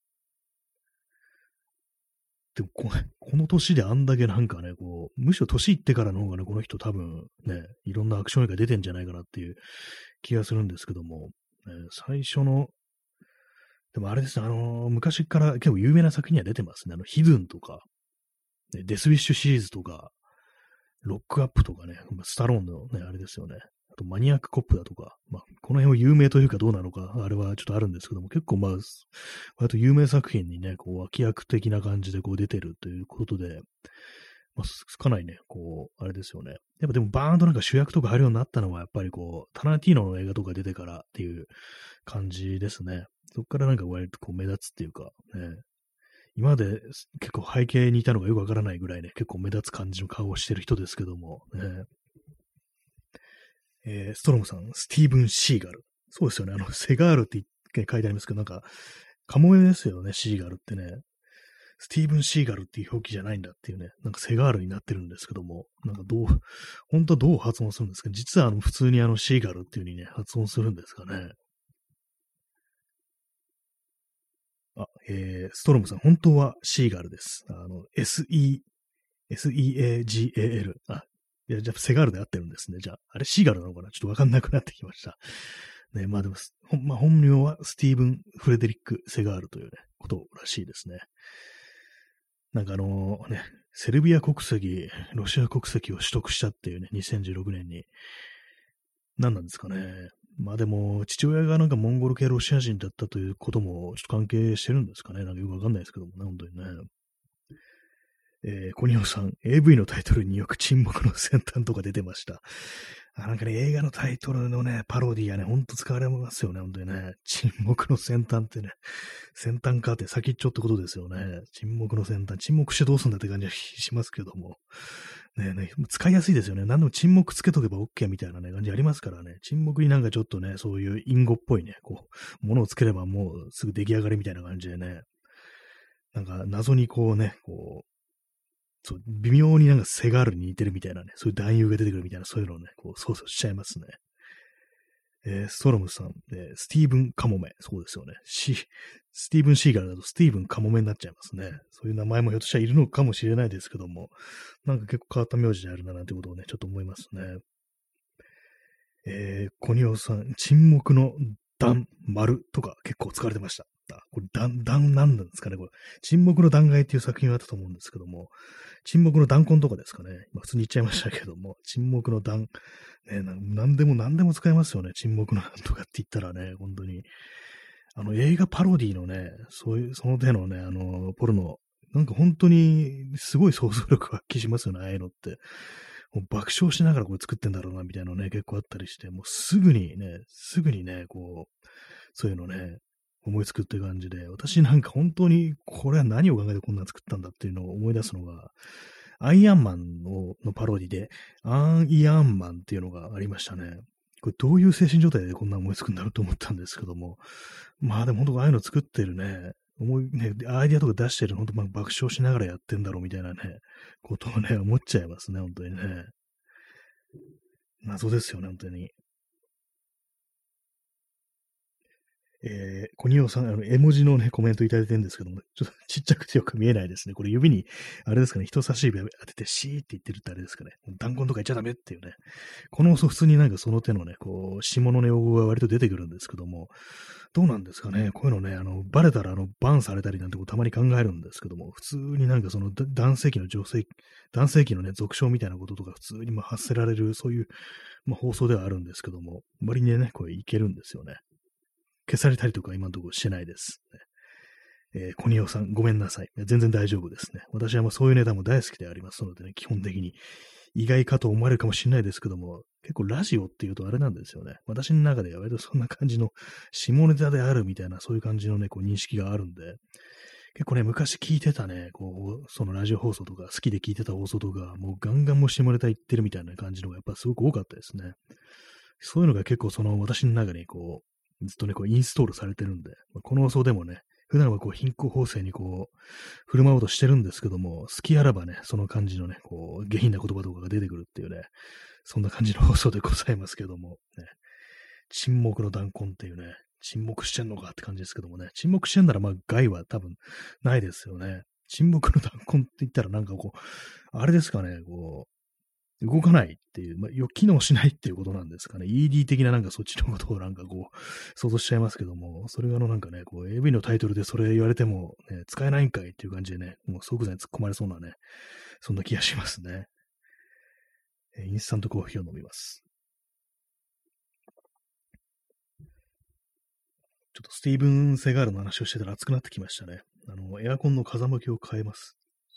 でもこ、この年であんだけなんかね、こう、むしろ年いってからの方がね、この人多分ね、いろんなアクション映画出てんじゃないかなっていう気がするんですけども、ね、最初の、でもあれですね、あのー昔から結構有名な作品には出てますね。あの、ヒドゥンとか、ね、デスウィッシュシリーズとか、ロックアップとかね、スタローンのね、あれですよね。あと、マニアックコップだとか、まあ、この辺は有名というかどうなのか、あれはちょっとあるんですけども、結構まあ、割と有名作品にね、こう、脇役的な感じでこう出てるということで、まあ、かなりね、こう、あれですよね。やっぱでもバーンとなんか主役とか入るようになったのは、やっぱりこう、タランティーノの映画とか出てからっていう感じですね。そこからなんか割とこう目立つっていうか、ね、今まで結構背景にいたのがよくわからないぐらいね、結構目立つ感じの顔をしてる人ですけども、ね、えーストロムさん、スティーブン・シーガル。そうですよね。あの、セガールって書いてありますけど、なんか、カモメですよね、シーガルってね。スティーブン・シーガルっていう表記じゃないんだっていうね、なんかセガールになってるんですけども、なんかどう、本当はどう発音するんですか？実はあの、普通にあの、シーガルっていう風にね、発音するんですかね。あ、えー、ストロムさん、本当はシーガルです。あの、SE、エスイーエージーエーエル。あ、いや、じゃあ、セガールで合ってるんですね。じゃあ、あれ、シーガルなのかなちょっとわかんなくなってきました。ね、まあでも、ほんまあ、本名はスティーブン・フレデリック・セガールというね、ことらしいですね。なんかあのね、セルビア国籍、ロシア国籍を取得したっていうね、にせんじゅうろくねんに。何なんですかね。まあでも、父親がなんかモンゴル系ロシア人だったということもちょっと関係してるんですかね。なんかよくわかんないですけどもね、本当にね。えー、コニオさん、エーブイ のタイトルによく沈黙の先端とか出てました。あ、なんかね、映画のタイトルのね、パロディがね、ほんと使われますよね、本当にね。沈黙の先端ってね、先端かって先っちょってことですよね。沈黙の先端。沈黙してどうすんだって感じがしますけども。ねえねえ、使いやすいですよね。何でも沈黙つけとけば OK みたいなね、感じありますからね。沈黙になんかちょっとね、そういう隠語っぽいね、こう、ものをつければもうすぐ出来上がりみたいな感じでね、なんか謎にこうね、こう、そう、微妙になんかセガールに似てるみたいなね、そういう男優が出てくるみたいな、そういうのをね、こう、操作しちゃいますね。えーストロムさん、えースティーブン・カモメ。そうですよね。システィーブン・シーガルだとスティーブン・カモメになっちゃいますね。そういう名前もひょっとしたらいるのかもしれないですけども、なんか結構変わった名字であるななんてことをね、ちょっと思いますね。えー、コニオさん、沈黙の断丸とか結構使われてました。あ、これ断、断なんなんですかね、これ。沈黙の断崖っていう作品があったと思うんですけども、沈黙の弾痕とかですかね。まあ、普通に言っちゃいましたけども、沈黙の断、ね、ななんでも何でも使えますよね。沈黙のなんとかって言ったらね、本当に。あの、映画パロディのね、そういう、その手のね、あの、ポルノ、なんか本当にすごい想像力発揮しますよね、ああいうのって。もう爆笑しながらこれ作ってんだろうな、みたいなのね、結構あったりして、もうすぐにね、すぐにね、こう、そういうのね、思いつくって感じで、私なんか本当にこれは何を考えてこんなの作ったんだっていうのを思い出すのが、アイアンマンののパロディで、アンイアンマンっていうのがありましたね。これどういう精神状態でこんな思いつくんだろうと思ったんですけども、まあでも本当ああいうの作ってるね、思いね、アイディアとか出してる、本当まあ爆笑しながらやってんだろうみたいなね、ことをね、思っちゃいますね、本当にね。謎ですよね、本当に。 えー、コニオさん、あの、絵文字のね、コメントいただいてるんですけども、ちょっとちっちゃくてよく見えないですね。これ指に、あれですかね、人差し指当ててシーって言ってるってあれですかね。弾痕とか言っちゃダメっていうね。この放送普通になんかその手のね、こう、下の用語が割と出てくるんですけども、どうなんですかね。こういうのね、あの、バレたらあの、バンされたりなんてことたまに考えるんですけども、普通になんかその、だ男性器の女性、男性器のね、俗称みたいなこととか普通にまあ発せられる、そういう、まあ、放送ではあるんですけども、割にね、これいけるんですよね。消されたりとか今のところしてないです。えー、コニオさん、ごめんなさい。全然大丈夫ですね。私はもうそういうネタも大好きでありますのでね、基本的に。意外かと思われるかもしれないですけども、結構ラジオっていうとあれなんですよね。私の中では割とそんな感じの下ネタであるみたいな、そういう感じのね、こう認識があるんで、結構ね、昔聞いてたね、こう、そのラジオ放送とか、好きで聞いてた放送とか、もうガンガンも下ネタ言ってるみたいな感じのがやっぱすごく多かったですね。そういうのが結構その私の中にこう、ずっとね、こうインストールされてるんで、この放送でもね、普段はこう貧困法制にこう、振る舞おうとしてるんですけども、好きあらばね、その感じのね、こう、下品な言葉とかが出てくるっていうね、そんな感じの放送でございますけども、ね、沈黙の弾痕っていうね、沈黙してんのかって感じですけどもね、沈黙してんならまあ害は多分ないですよね。沈黙の弾痕って言ったらなんかこう、あれですかね、こう、動かないっていう、まあ、よ機能しないっていうことなんですかね。イーディー 的ななんかそっちのことをなんかこう、想像しちゃいますけども、それがあのなんかね、こう エーブイ のタイトルでそれ言われても、ね、使えないんかいっていう感じでね、もう即座に突っ込まれそうなね、そんな気がしますね。えインスタントコーヒーを飲みます。ちょっとスティーブン・セガールの話をしてたら熱くなってきましたね。あの、エアコンの風向きを変えます。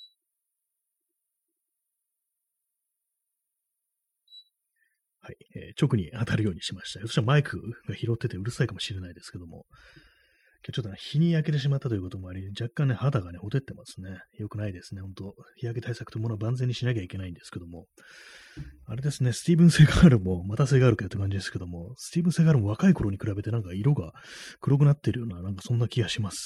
はい、えー、直に当たるようにしました。そしたらマイクが拾っててうるさいかもしれないですけども、今日ちょっとね、日に焼けてしまったということもあり、若干ね、肌がね、ほてってますね。よくないですね、本当日焼け対策というものは万全にしなきゃいけないんですけども、あれですね、スティーブン・セガールも、またセガールかって感じですけども、スティーブン・セガールも若い頃に比べてなんか色が黒くなってるような、なんかそんな気がします。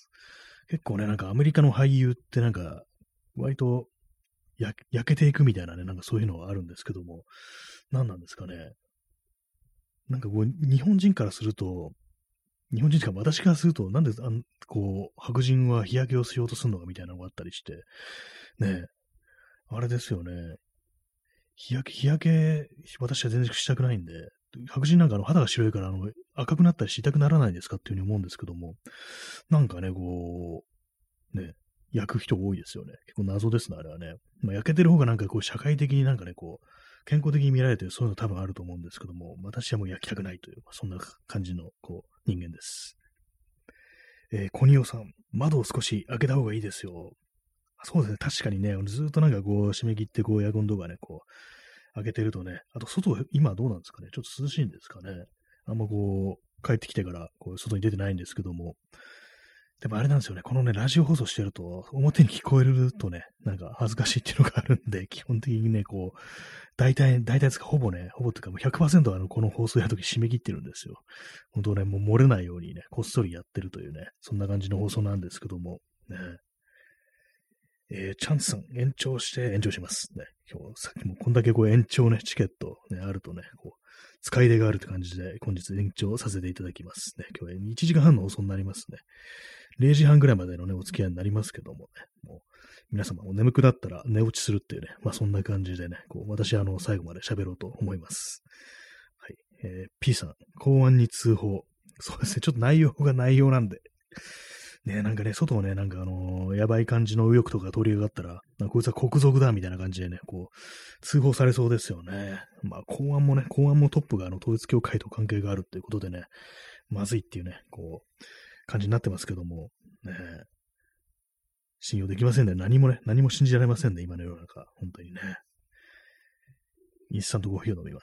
結構ね、なんかアメリカの俳優ってなんか、割とや焼けていくみたいなね、なんかそういうのはあるんですけども、何なんですかね。なんかこう、日本人からすると、日本人か私からすると、なんで、あの、こう、白人は日焼けをしようとするのかみたいなのがあったりして、ね、あれですよね。日焼け、日焼け、私は全然したくないんで、白人なんかあの肌が白いからあの赤くなったりしたくならないですかっていうふうに思うんですけども、なんかね、こう、ね、焼く人多いですよね。結構謎ですね、あれはね。まあ、焼けてる方がなんかこう、社会的になんかね、こう、健康的に見られてる、そういうの多分あると思うんですけども、私はもう焼きたくないという、そんな感じの、こう、人間です。えー、コニオさん、窓を少し開けた方がいいですよ。そうですね、確かにね、ずっとなんかこう、締め切って、こう、エアコンとかね、こう、開けてるとね、あと外、今どうなんですかね、ちょっと涼しいんですかね。あんまこう、帰ってきてから、こう、外に出てないんですけども、でもあれなんですよね、このね、ラジオ放送してると、表に聞こえるとね、なんか恥ずかしいっていうのがあるんで、基本的にね、こう、大体、大体ですか、ほぼね、ほぼっていうかもうひゃくパーセントあの、この放送やるとき締め切ってるんですよ。本当ね、もう漏れないようにね、こっそりやってるというね、そんな感じの放送なんですけども、ね。えー、チャンスさん、延長して延長します。ね。今日、さっきもこんだけこう延長ね、チケットね、あるとね、こう、使い出があるって感じで、本日延長させていただきますね。今日はいちじかんはんの放送になりますね。れいじはんぐらいまでのね、お付き合いになりますけどもね、もう、皆様も眠くなったら寝落ちするっていうね、まあそんな感じでね、こう、私はあの、最後まで喋ろうと思います。はい。えー、P さん、公安に通報。そうですね、ちょっと内容が内容なんで、ね、なんかね、外をね、なんかあのーやばい感じの右翼とか通りがかったら、なんかこいつは国賊だみたいな感じでね、こう、通報されそうですよね。まあ、公安もね、公安もトップがあの統一教会と関係があるっていうことでね、まずいっていうね、こう、感じになってますけども、ね、信用できませんね。何もね、何も信じられませんね、今の世の中。本当にね。インスタントコーヒーを飲みます。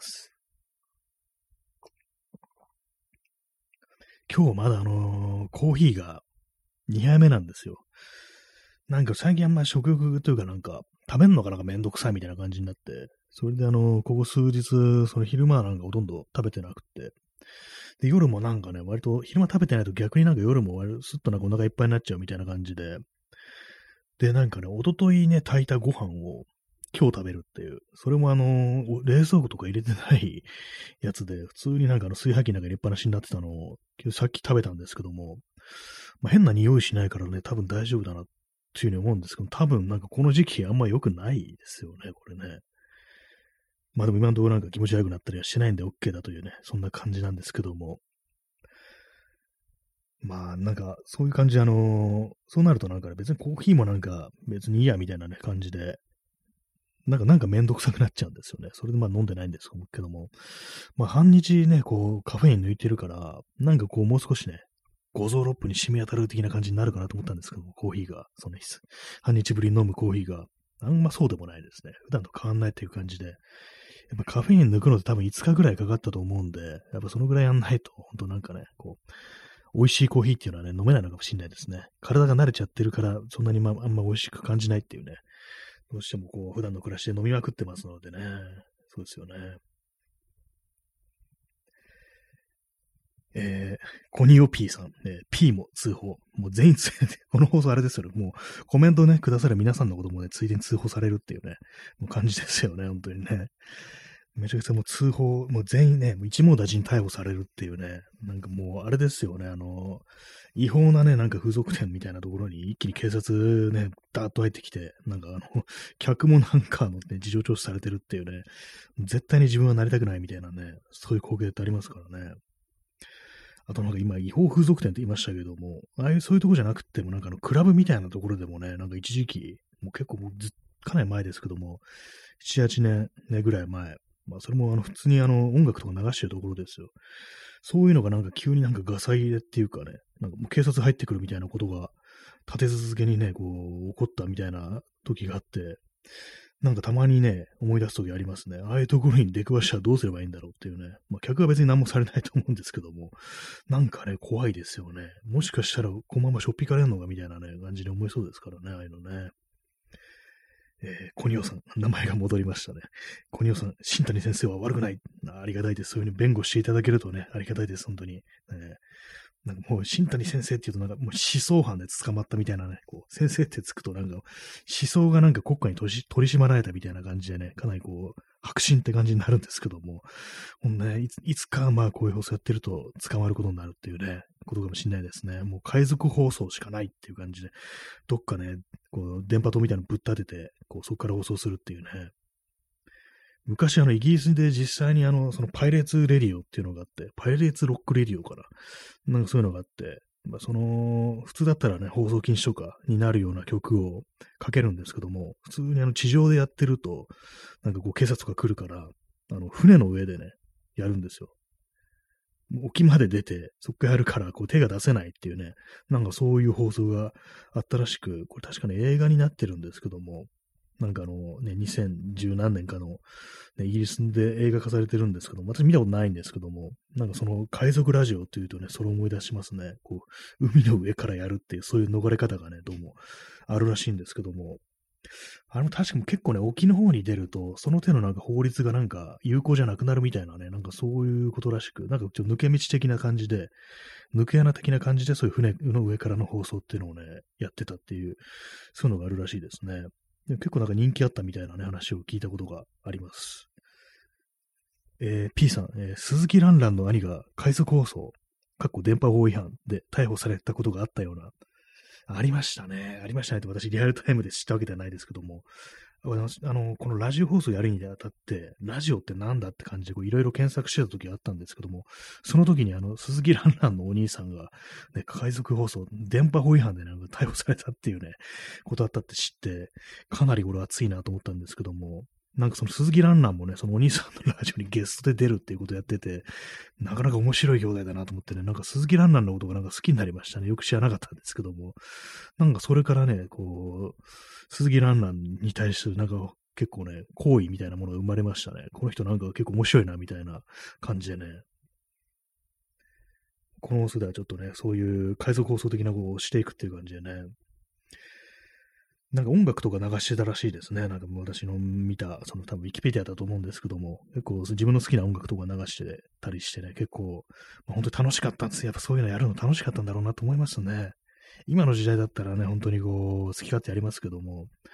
今日まだあのーコーヒーがにはいめなんですよ。なんか最近あんまり食欲というかなんか、食べんのかなんかめんどくさいみたいな感じになって、それであの、ここ数日、その昼間はなんかほとんど食べてなくて、で、夜もなんかね、割と昼間食べてないと逆になんか夜も割とすっとなんかお腹いっぱいになっちゃうみたいな感じで、で、なんかね、おとといね、炊いたご飯を今日食べるっていう、それもあの、冷蔵庫とか入れてないやつで、普通になんかあの炊飯器の中に入れっぱなしになってたのを、さっき食べたんですけども、まあ、変な匂いしないからね、多分大丈夫だなっていうふうに思うんですけど、多分なんかこの時期あんま良くないですよね、これね。まあでも今のところなんか気持ち悪くなったりはしてないんで OK だというね、そんな感じなんですけども。まあなんかそういう感じであのーそうなるとなんかね別にコーヒーもなんか別にいいやみたいなね感じで、なんかなんかめんどくさくなっちゃうんですよね。それでまあ飲んでないんですけども。まあ半日ね、こうカフェイン抜いてるから、なんかこうもう少しね、五臓六腑に染み当たる的な感じになるかなと思ったんですけども、コーヒーが、その半日ぶりに飲むコーヒーが、あんまそうでもないですね。普段と変わんないっていう感じで、やっぱカフェイン抜くのって多分いつかぐらいかかったと思うんで、やっぱそのぐらいやんないと、本当なんかね、こう、美味しいコーヒーっていうのはね、飲めないのかもしれないですね。体が慣れちゃってるから、そんなに、まあ、あんま美味しく感じないっていうね、どうしてもこう、普段の暮らしで飲みまくってますのでね、そうですよね。えー、コニオ P さん、えー、P も通報。もう全員ついて、この放送あれですよね。もうコメントね、くださる皆さんのこともね、ついでに通報されるっていうね、もう感じですよね、本当にね。めちゃくちゃもう通報、もう全員ね、もう一網打尽に逮捕されるっていうね、なんかもうあれですよね、あの、違法なね、なんか風俗店みたいなところに一気に警察ね、ダーッと入ってきて、なんかあの、客もなんかのね、事情聴取されてるっていうね、絶対に自分はなりたくないみたいなね、そういう光景ってありますからね。あとなんか今、違法風俗店って言いましたけども、ああいうそういうとこじゃなくても、なんかあの、クラブみたいなところでもね、なんか一時期、もう結構もうずかなり前ですけども、なな、はちねん、ね、ぐらい前、まあそれもあの、普通にあの、音楽とか流してるところですよ。そういうのがなんか急になんかガサ入れっていうかね、なんかもう警察入ってくるみたいなことが立て続けにね、こう、起こったみたいな時があって、なんかたまにね、思い出す時ありますね。ああいうところに出くわしたらどうすればいいんだろうっていうね。まあ客は別に何もされないと思うんですけども、なんかね、怖いですよね。もしかしたらこのまましょっぴかれるのかみたいなね、感じで思いそうですからね、ああいうのね。えー、コニオさん、名前が戻りましたね。コニオさん、新谷先生は悪くない。ありがたいです。そういうふうに弁護していただけるとね、ありがたいです、本当に。ね、なんかもう、新谷先生っていうと、なんかもう思想犯で捕まったみたいなね、こう、先生ってつくとなんか、思想がなんか国家に取り取り締まられたみたいな感じでね、かなりこう、白真って感じになるんですけども、ほんね、いついつかまあこういう放送やってると捕まることになるっていうね、ことかもしれないですね。もう海賊放送しかないっていう感じで、どっかね、こう、電波塔みたいなのぶっ立てて、こう、そこから放送するっていうね。昔、あの、イギリスで実際にあの、そのパイレーツレディオっていうのがあって、パイレーツロックレディオかな。なんかそういうのがあって、まあ、その、普通だったらね、放送禁止とかになるような曲をかけるんですけども、普通にあの、地上でやってると、なんかこう、警察とか来るから、あの、船の上でね、やるんですよ。沖まで出て、そっからやるから、こう手が出せないっていうね、なんかそういう放送があったらしく、これ確かに映画になってるんですけども、なんかあのね、にせんじゅう何年かの、ね、イギリスで映画化されてるんですけども、私見たことないんですけども、なんかその海賊ラジオっていうとね、それを思い出しますね。こう、海の上からやるっていう、そういう逃れ方がね、どうもあるらしいんですけども、あれも確かに結構ね、沖の方に出ると、その手のなんか法律がなんか有効じゃなくなるみたいなね、なんかそういうことらしく、なんかちょっと抜け道的な感じで、抜け穴的な感じでそういう船の上からの放送っていうのをね、やってたっていう、そういうのがあるらしいですね。で結構なんか人気あったみたいなね、話を聞いたことがあります。えー、P さん、えー鈴木蘭蘭の兄が海賊放送、かっこ電波法違反で逮捕されたことがあったような、ありましたね。ありましたねって私リアルタイムで知ったわけではないですけども、あの、あのこのラジオ放送やるにあたって、ラジオってなんだって感じでいろいろ検索してた時があったんですけども、その時にあの、鈴木蘭蘭のお兄さんが、ね、海賊放送、電波法違反でなんか逮捕されたっていうね、ことあったって知って、かなりこれ熱いなと思ったんですけども、なんかその鈴木蘭蘭もね、そのお兄さんのラジオにゲストで出るっていうことをやってて、なかなか面白い兄弟だなと思ってね、なんか鈴木蘭蘭のことがなんか好きになりましたね。よく知らなかったんですけども。なんかそれからね、こう、鈴木蘭蘭に対するなんか結構ね、好意みたいなものが生まれましたね。この人なんか結構面白いなみたいな感じでね。この世代はちょっとね、そういう海賊放送的なことをしていくっていう感じでね。なんか音楽とか流してたらしいですね。なんか私の見た、その多分ウィキペディアだと思うんですけども、結構自分の好きな音楽とか流してたりしてね、結構、まあ、本当に楽しかったんです。やっぱそういうのやるの楽しかったんだろうなと思いますね。今の時代だったらね、本当にこう、好き勝手やりますけども、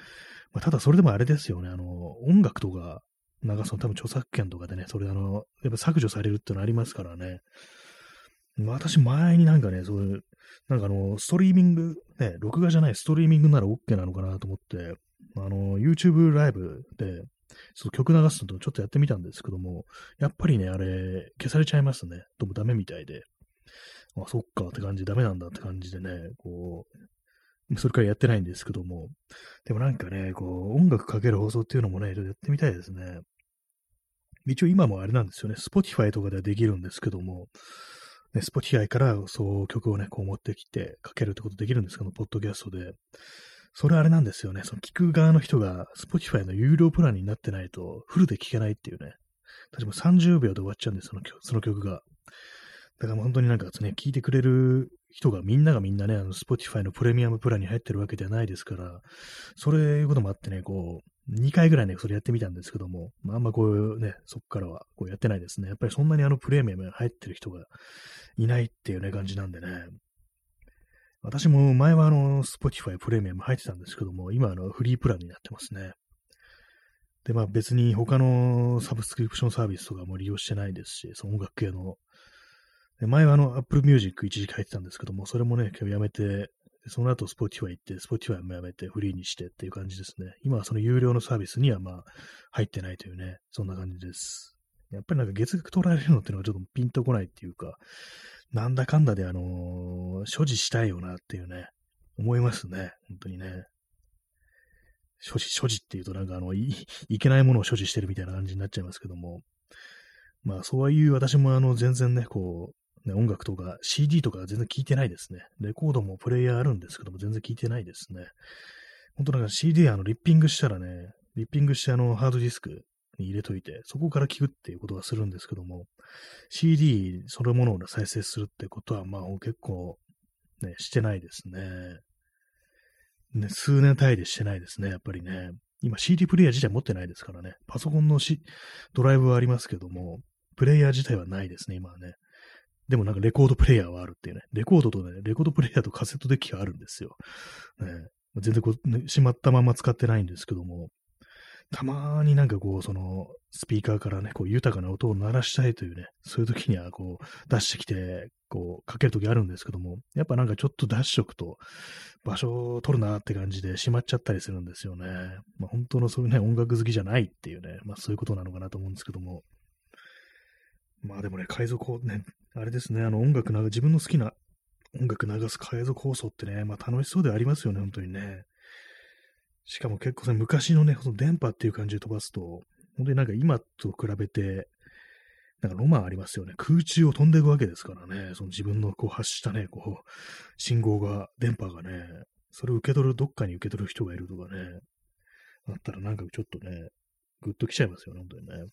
まあ、ただそれでもあれですよね、あの、音楽とか流すの多分著作権とかでね、それあの、やっぱ削除されるっていうのありますからね。私前になんかね、そういう、なんかあの、ストリーミング、ね、録画じゃないストリーミングなら OK なのかなと思って、あの、YouTube ライブで、その曲流すのとちょっとやってみたんですけども、やっぱりね、あれ、消されちゃいますね。どうもダメみたいで。あ、そっかって感じ、ダメなんだって感じでね、こう、それからやってないんですけども、でもなんかね、こう、音楽かける放送っていうのもね、ちょっとやってみたいですね。一応今もあれなんですよね、Spotify とかではできるんですけども、ね、Spotify からそう曲をね、こう持ってきてかけるってことできるんですけど、ポッドキャストで。それあれなんですよね、その聞く側の人が Spotify の有料プランになってないとフルで聞けないっていうね。確かさんじゅうびょうで終わっちゃうんです、その曲その曲が。だから本当になんかね、聞いてくれる人がみんながみんなね、あの Spotify のプレミアムプランに入ってるわけではないですから、それいうこともあってね、こう、にかいぐらいね、それやってみたんですけども、まあ、あんまこういうね、そこからはこうやってないですね。やっぱりそんなにあのプレミアムに入ってる人がいないっていうね、感じなんでね。私も前はあの、Spotify プレミアム入ってたんですけども、今あの、フリープランになってますね。で、まあ別に他のサブスクリプションサービスとかも利用してないですし、その音楽系の。で前はあの、Apple Music 一時期入ってたんですけども、それもね、今日やめて、その後 Spotify 行って、Spotify もやめてフリーにしてっていう感じですね。今はその有料のサービスにはまあ入ってないというね、そんな感じです。やっぱりなんか月額取られるのっていうのがちょっとピンとこないっていうか、なんだかんだであのー所持したいよなっていうね、思いますね。本当にね。所持、所持っていうとなんかあの、い、いけないものを所持してるみたいな感じになっちゃいますけども、まあそういう私もあの、全然ね、こう、ね、音楽とか シーディー とか全然聞いてないですね。レコードもプレイヤーあるんですけども、全然聞いてないですね。本当なんか シーディー あの、リッピングしたらね、リッピングしてあの、ハードディスクに入れといて、そこから聞くっていうことはするんですけども、シーディー そのものを再生するってことは、まあ結構ね、してないですね。ね、数年単位でしてないですね、やっぱりね。今 シーディー プレイヤー自体持ってないですからね。パソコンのしドライブはありますけども、プレイヤー自体はないですね、今はね。でもなんかレコードプレイヤーはあるっていうね。レコードとね、レコードプレイヤーとカセットデッキがあるんですよ。ね、全然こう、ね、しまったまま使ってないんですけども、たまになんかこう、その、スピーカーからね、こう、豊かな音を鳴らしたいというね、そういう時にはこう、出してきて、こう、かける時あるんですけども、やっぱなんかちょっと出しとくと、場所を取るなって感じでしまっちゃったりするんですよね。まあ、本当のそういうね、音楽好きじゃないっていうね、まあそういうことなのかなと思うんですけども。まあでもね、海賊をね、あれですね、あの音楽な、自分の好きな音楽流す海賊放送ってね、まあ楽しそうでありますよね、本当にね。しかも結構その昔のね、その電波っていう感じで飛ばすと、本当になんか今と比べて、なんかロマンありますよね。空中を飛んでいくわけですからね。その自分のこう発したね、こう、信号が、電波がね、それを受け取る、どっかに受け取る人がいるとかね、あったらなんかちょっとね、グッときちゃいますよね、本当にね。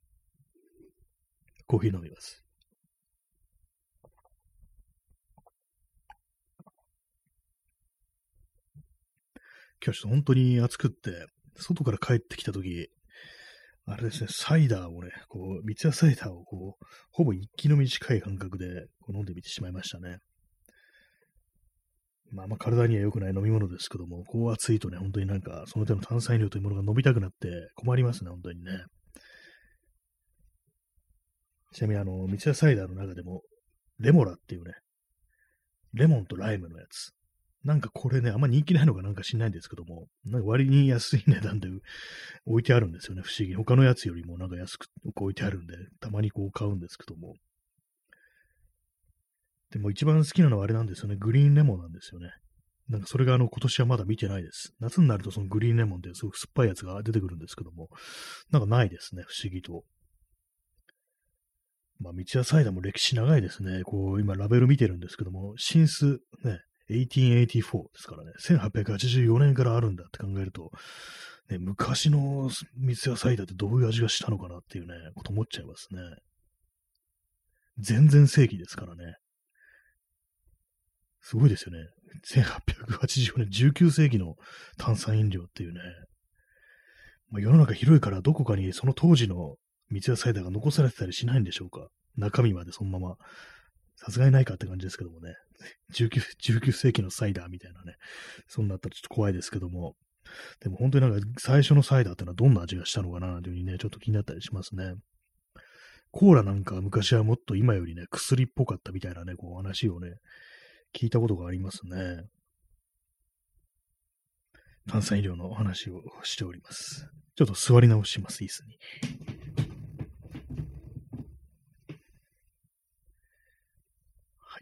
コーヒー飲みます。今日はちょっと本当に暑くって、外から帰ってきたとき、あれですね、サイダーをね、こう、三ツ矢サイダーをこう、ほぼ一気飲みに近い感覚でこう飲んでみてしまいましたね。まあ、あんま体には良くない飲み物ですけども、こう暑いとね、本当になんか、その手の炭酸飲料というものが飲みたくなって困りますね、本当にね。ちなみに、あの、三ツ矢サイダーの中でも、レモラっていうね、レモンとライムのやつ。なんかこれね、あんま人気ないのかなんか知んないんですけども、なんか割に安い値段で置いてあるんですよね、不思議。他のやつよりもなんか安く置いてあるんで、たまにこう買うんですけども。でも一番好きなのはあれなんですよね、グリーンレモンなんですよね。なんかそれがあの今年はまだ見てないです。夏になるとそのグリーンレモンってすごく酸っぱいやつが出てくるんですけども、なんかないですね、不思議と。まあ、三ツ矢サイダーも歴史長いですね。こう、今ラベル見てるんですけども、新スね、せんはっぴゃくはちじゅうよんですからね、せんはっぴゃくはちじゅうよねんからあるんだって考えると、ね、昔の三ツ矢サイダーってどういう味がしたのかなっていうね、こと思っちゃいますね。全然世紀ですからね。すごいですよね。せんはっぴゃくはちじゅうよねん、じゅうきゅう世紀の炭酸飲料っていうね。まあ、世の中広いからどこかにその当時の三ツ矢サイダーが残されてたりしないんでしょうか。中身までそのまま。さすがにないかって感じですけどもね。じゅうきゅう、じゅうきゅう世紀のサイダーみたいなね。そんなあったらちょっと怖いですけども。 でも本当になんか最初のサイダーってのはどんな味がしたのかなというふうにね、ちょっと気になったりしますね。コーラなんか昔はもっと今よりね、薬っぽかったみたいなね、こう話をね、聞いたことがありますね。炭酸飲料のお話をしております。ちょっと座り直します、椅子に。はい。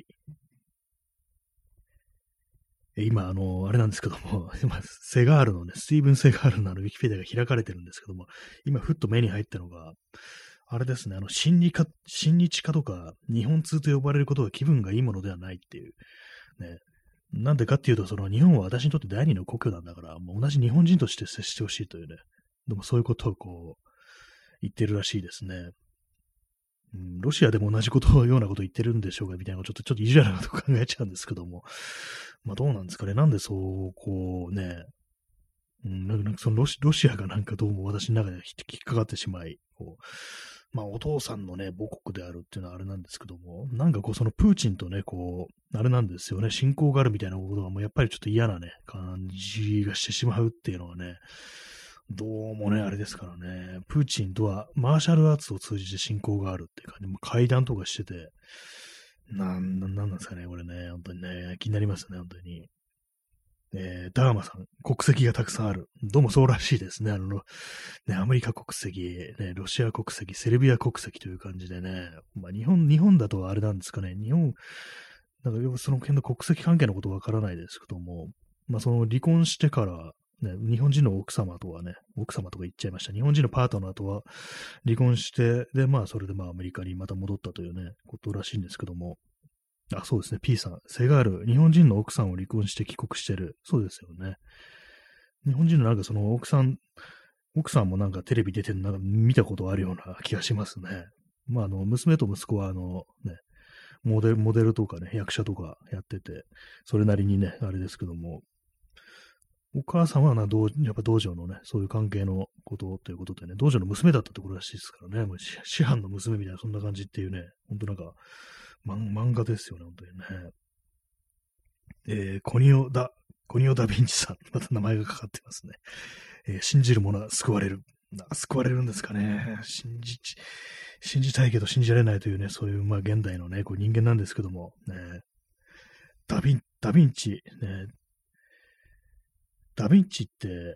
今、あの、あれなんですけども、今、セガールのね、スティーブン・セガールのあの、ウィキペディアが開かれてるんですけども、今、ふっと目に入ったのが、あれですね、あの、親日家、親日家とか、日本通と呼ばれることが気分がいいものではないっていう、ね。なんでかっていうと、その、日本は私にとって第二の故郷なんだから、もう同じ日本人として接してほしいというね、でもそういうことをこう、言ってるらしいですね。うん、ロシアでも同じことを、ようなことを言ってるんでしょうかみたいな、ちょっと、ちょっと意地悪なことを考えちゃうんですけども、まあどうなんですかね。なんでそう、こうね、うん、なんかなんかそのロシロシアがなんかどうも私の中で引っかかってしまい、こう、まあお父さんのね、母国であるっていうのはあれなんですけども、なんかこうそのプーチンとね、こう、あれなんですよね、信仰があるみたいなことがもうやっぱりちょっと嫌なね、感じがしてしまうっていうのはね、どうもね、あれですからね、プーチンとはマーシャルアーツを通じて信仰があるっていう感じ、もう会談とかしてて、なん、なんなんですかね、これね、本当にね、気になりますね、本当に。えー、ダーマさん、国籍がたくさんある。どうもそうらしいですね。あの、ね、アメリカ国籍、ね、ロシア国籍、セルビア国籍という感じでね、まあ日本、日本だとあれなんですかね、日本、なんかその辺の国籍関係のことわからないですけども、まあその離婚してから、ね、日本人の奥様とはね、奥様とか言っちゃいました。日本人のパートナーとは離婚して、で、まあそれでまあアメリカにまた戻ったというね、ことらしいんですけども、あ、そうですね。P さん。セガール。日本人の奥さんを離婚して帰国してる。そうですよね。日本人のなんかその奥さん、奥さんもなんかテレビ出てるのなんか見たことあるような気がしますね。まあ、あの、娘と息子はあの、ね、モデル、モデルとかね、役者とかやってて、それなりにね、あれですけども、お母さんはな、道やっぱ道場のね、そういう関係のことということでね、道場の娘だったってことらしいですからね、もう師師範の娘みたいな、そんな感じっていうね、ほんとなんか、漫漫画ですよね、本当にね。えー、コニオダ、コニオダ・ヴィンチさん。また名前がかかってますね。えー信じる者は救われる。な救われるんですかね。信じ、信じたいけど信じられないというね、そういう、まあ、現代のね、こう人間なんですけども、ね、ダヴィン、ダヴィンチ、ね、ダヴィンチって、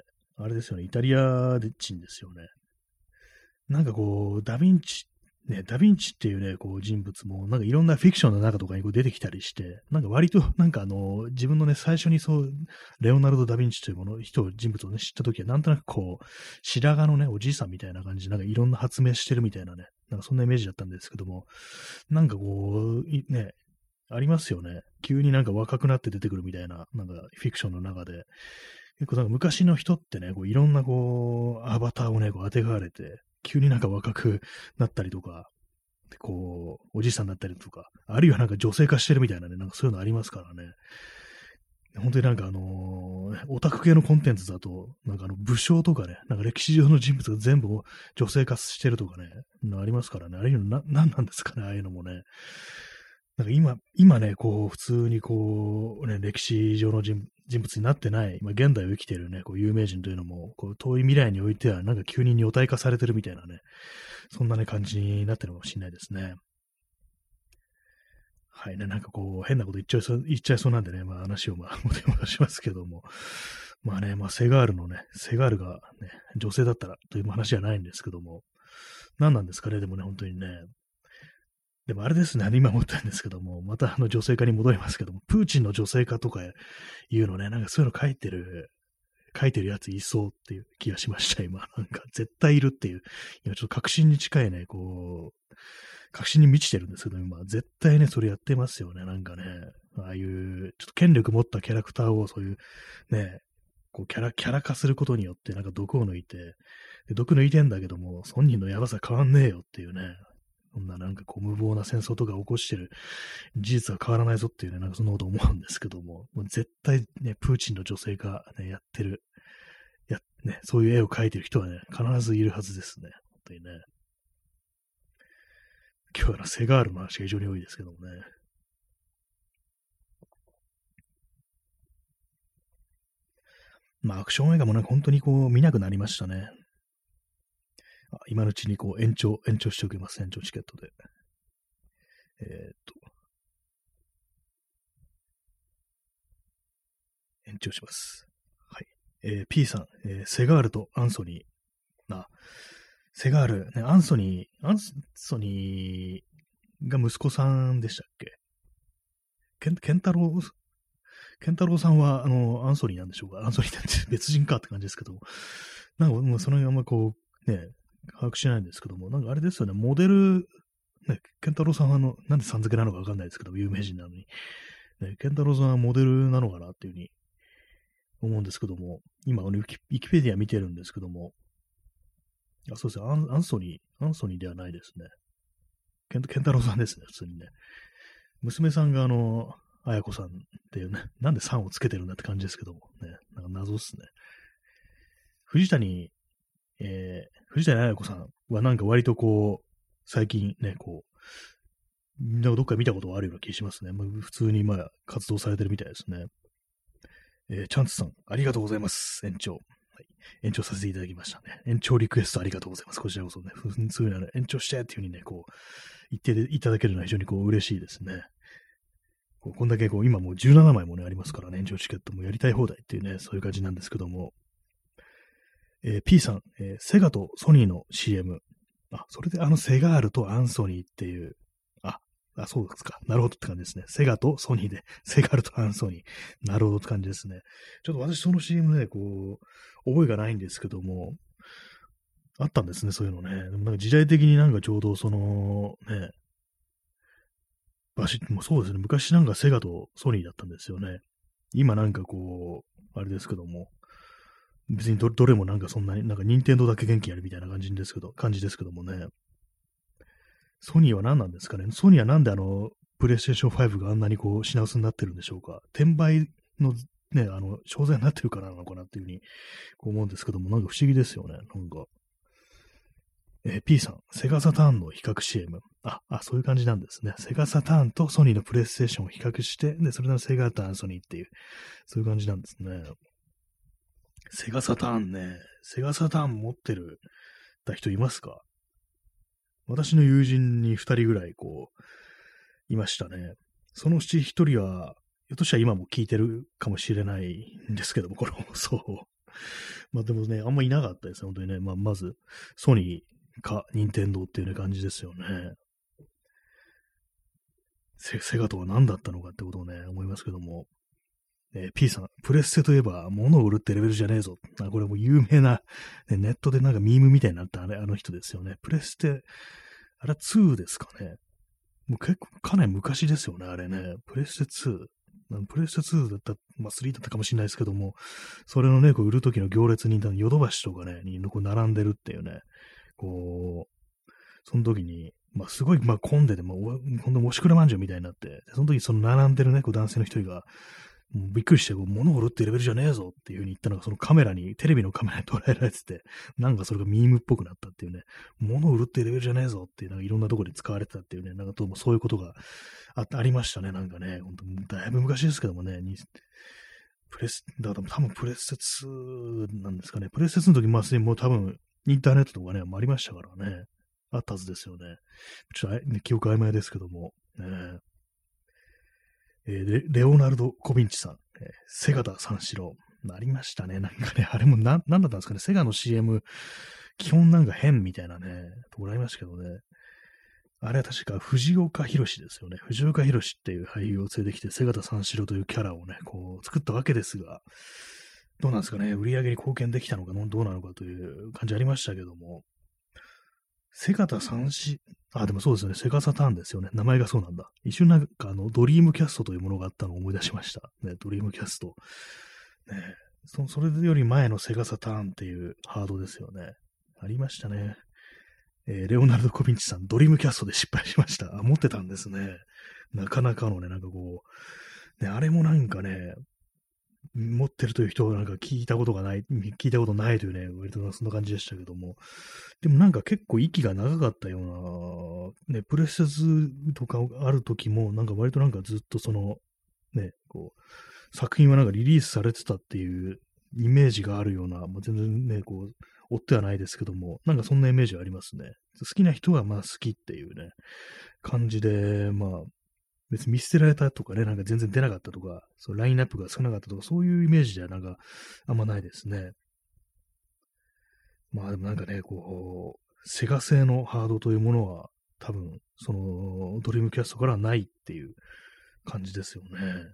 あれですよね、イタリア人ですよね。なんかこう、ダヴィンチ、ね、ダヴィンチっていうね、こう人物も、なんかいろんなフィクションの中とかにこう出てきたりして、なんか割と、なんかあの、自分のね、最初にそう、レオナルド・ダ・ヴィンチというもの、人、人物をね、知ったときは、なんとなくこう、白髪のね、おじいさんみたいな感じで、なんかいろんな発明してるみたいなね、なんかそんなイメージだったんですけども、なんかこう、いね、ありますよね。急になんか若くなって出てくるみたいな、なんかフィクションの中で、結構なんか昔の人ってね、こういろんなこう、アバターをね、こう当てがわれて、急になんか若くなったりとか、でこう、おじいさんだったりとか、あるいはなんか女性化してるみたいなね、なんかそういうのありますからね。本当になんかあのーオタク系のコンテンツだと、なんかあの武将とかね、なんか歴史上の人物が全部女性化してるとかね、ありますからね。あれいうのな、なんなんですかね、ああいうのもね。なんか今、今ね、こう、普通にこう、ね、歴史上の人人物になってない、まあ、現代を生きているね、こう、有名人というのも、こう、遠い未来においては、なんか急に女体化されてるみたいなね、そんなね、感じになってるかもしれないですね。はいね、なんかこう、変なこと言っちゃいそう、言っちゃいそうなんでね、まあ話をまあ、戻戻しますけども。まあね、まあセガールのね、セガールがね、女性だったらという話じゃないんですけども、何なんですかね、でもね、本当にね。でもあれですね、今思ったんですけども、またあの女性化に戻りますけども、プーチンの女性化とかいうのね、なんかそういうの書いてる、書いてるやついそうっていう気がしました、今。なんか絶対いるっていう、今ちょっと確信に近いね、こう、確信に満ちてるんですけど、今、絶対ね、それやってますよね、なんかね。ああいう、ちょっと権力持ったキャラクターを、そういう、ね、こう、キャラ、キャラ化することによって、なんか毒を抜いて、で毒抜いてんだけども、本人のやばさ変わんねえよっていうね、そんななんかこう無謀な戦争とか起こしてる事実は変わらないぞっていうね、なんかそんなこと思うんですけども、もう絶対ね、プーチンの女性がね、やってる、や、ね、そういう絵を描いてる人はね、必ずいるはずですね。本当にね。今日はあのセガールの話が非常に多いですけどもね。 まあ、アクション映画もなんか本当にこう見なくなりましたね。あ、今のうちにこう延長、延長しておきます。延長チケットで。えーっと、延長します。はい。えー P さん、えーセガールとアンソニー。あ、セガール、ね、アンソニー、アンソニーが息子さんでしたっけ？ケン、ケンタロウ、ケンタロウさんは、あの、アンソニーなんでしょうか？アンソニーなんて別人かって感じですけども。なんかもうその辺あんまこう、ね、把握しないんですけども、なんかあれですよね、モデル、ね、ケンタロウさんはあの、なんでさん付けなのかわかんないですけど、有名人なのに。ね、ケンタロウさんはモデルなのかなっていうふうに思うんですけども、今、あのウィキ、ウィキペディア見てるんですけども、あ、そうですね、アン、アンソニー、アンソニーではないですね。ケン、ケンタロウさんですね、普通にね。娘さんがあの、あやこさんっていうね、なんでさんをつけてるんだって感じですけども、ね、なんか謎っすね。藤谷、えー、藤谷あやこさんはなんか割とこう、最近ね、こう、なんかどっか見たことがあるような気がしますね。まあ、普通にまあ活動されてるみたいですね。えー、チャンツさん、ありがとうございます。延長。はい。延長させていただきましたね。延長リクエストありがとうございます。こちらこそね、普通にね、延長してっていう風にね、こう、言っていただけるのは非常にこう嬉しいですね。こうこんだけこう、今もうじゅうななまいもね、ありますからね、延長チケットもやりたい放題っていうね、そういう感じなんですけども、えー P さん、えーセガとソニーの シーエム。あ、それであのセガールとアンソニーっていう、あ、あ、そうですか。なるほどって感じですね。セガとソニーで、セガールとアンソニー。なるほどって感じですね。ちょっと私その シーエム ね、こう、覚えがないんですけども、あったんですね、そういうのね。でもなんか時代的になんかちょうどその、ね、バシもうそうですね、昔なんかセガとソニーだったんですよね。今なんかこう、あれですけども、別にどどれもなんかそんなに、なんか任天堂だけ元気やるみたいな感じですけど、感じですけどもね。ソニーは何なんですかね。ソニーはなんであの、プレイステーションファイブがあんなにこう品薄になってるんでしょうか。転売のね、あの、商材になってるからなのかなっていうふうにこう思うんですけども、なんか不思議ですよね。なんか。えー P さん、セガサターンの比較 シーエム。あ、あ、そういう感じなんですね。セガサターンとソニーのプレイステーションを比較して、で、それのセガターン、ソニーっていう、そういう感じなんですね。セガサターンね、セガサターン持ってるた人いますか？私の友人に二人ぐらい、こう、いましたね。そのうち一人は、ひょっとしたら今も聞いてるかもしれないんですけども、この放送を。まあでもね、あんまいなかったですね、本当にね。まあまず、ソニーか、任天堂っていうね、感じですよね。セセガとは何だったのかってことをね、思いますけども。えー P さん、プレステといえば、物を売るってレベルじゃねえぞ。あ、これもう有名な、ね、ネットでなんかミームみたいになったあれ、あの人ですよね。プレステ、あれはツーですかね。もう結構、かなり昔ですよね、あれね。プレステツー。なんプレステツーだった、まあスリーだったかもしれないですけども、それのね、こう売る時の行列に、ヨドバシとかね、にこう並んでるっていうね、こう、その時に、まあすごい、まあ混んでて、まあ、ほんと、もしくらまんじゅうみたいになって、その時その並んでるね、こう男性の一人が、もうびっくりして、物を売るってレベルじゃねえぞっていう風に言ったのが、そのカメラに、テレビのカメラに捉えられてて、なんかそれがミームっぽくなったっていうね、物を売るってレベルじゃねえぞっていう、なんかいろんなところに使われてたっていうね、なんかどうもそういうことがあありましたね、なんかね、ほんと、だいぶ昔ですけどもね、にプレス、だから多分プレステツーなんですかね、プレステツーの時、まあすでにもう多分、インターネットとかね、もありましたからね、あったはずですよね。ちょっとあい、ね、記憶曖昧ですけども、ね、えーレ、レオナルド・コビンチさん、えーセガタ三四郎。ありましたね。なんかね、あれもな、なんだったんですかね。セガの シーエム、基本なんか変みたいなね、ところありましたけどね。あれは確か藤岡弘ですよね。藤岡弘っていう俳優を連れてきて、セガタ三四郎というキャラをね、こう、作ったわけですが、どうなんですかね。売り上げに貢献できたのか、どうなのかという感じありましたけども、セガタ三四、あ、でもそうですよね。セガサターンですよね。名前がそうなんだ。一瞬なんかあの、ドリームキャストというものがあったのを思い出しました。ね、ドリームキャスト。ね、そそれより前のセガサターンっていうハードですよね。ありましたね。えーレオナルド・コビンチさん、ドリームキャストで失敗しました。あ、持ってたんですね。なかなかのね、なんかこう、ね、あれもなんかね、持ってるという人はなんか聞いたことがない、聞いたことないというね、割とそんな感じでしたけども、でもなんか結構息が長かったような、ね、プレセスとかある時も、なんか割となんかずっとその、ね、こう、作品はなんかリリースされてたっていうイメージがあるような、もう全然ね、こう、追ってはないですけども、なんかそんなイメージありますね。好きな人はまあ好きっていうね、感じで、まあ、別に見捨てられたとかね、なんか全然出なかったとか、そうラインナップが少なかったとか、そういうイメージじゃなんかあんまないですね。まあでもなんかね、こう、セガ製のハードというものは、多分、その、ドリームキャストからはないっていう感じですよね。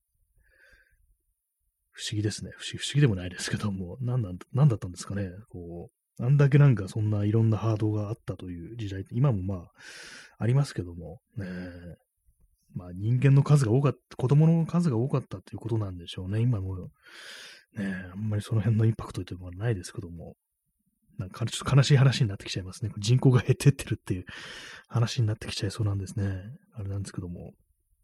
不思議ですね。不思議、不思議でもないですけども、なんなん、なんだったんですかね。こう、あんだけなんかそんないろんなハードがあったという時代って、今もまあ、ありますけども、ね、まあ人間の数が多かった、子供の数が多かったっていうことなんでしょうね。今も、ね、あんまりその辺のインパクトというのはないですけども、なんかちょっと悲しい話になってきちゃいますね。人口が減ってってるっていう話になってきちゃいそうなんですね。あれなんですけども。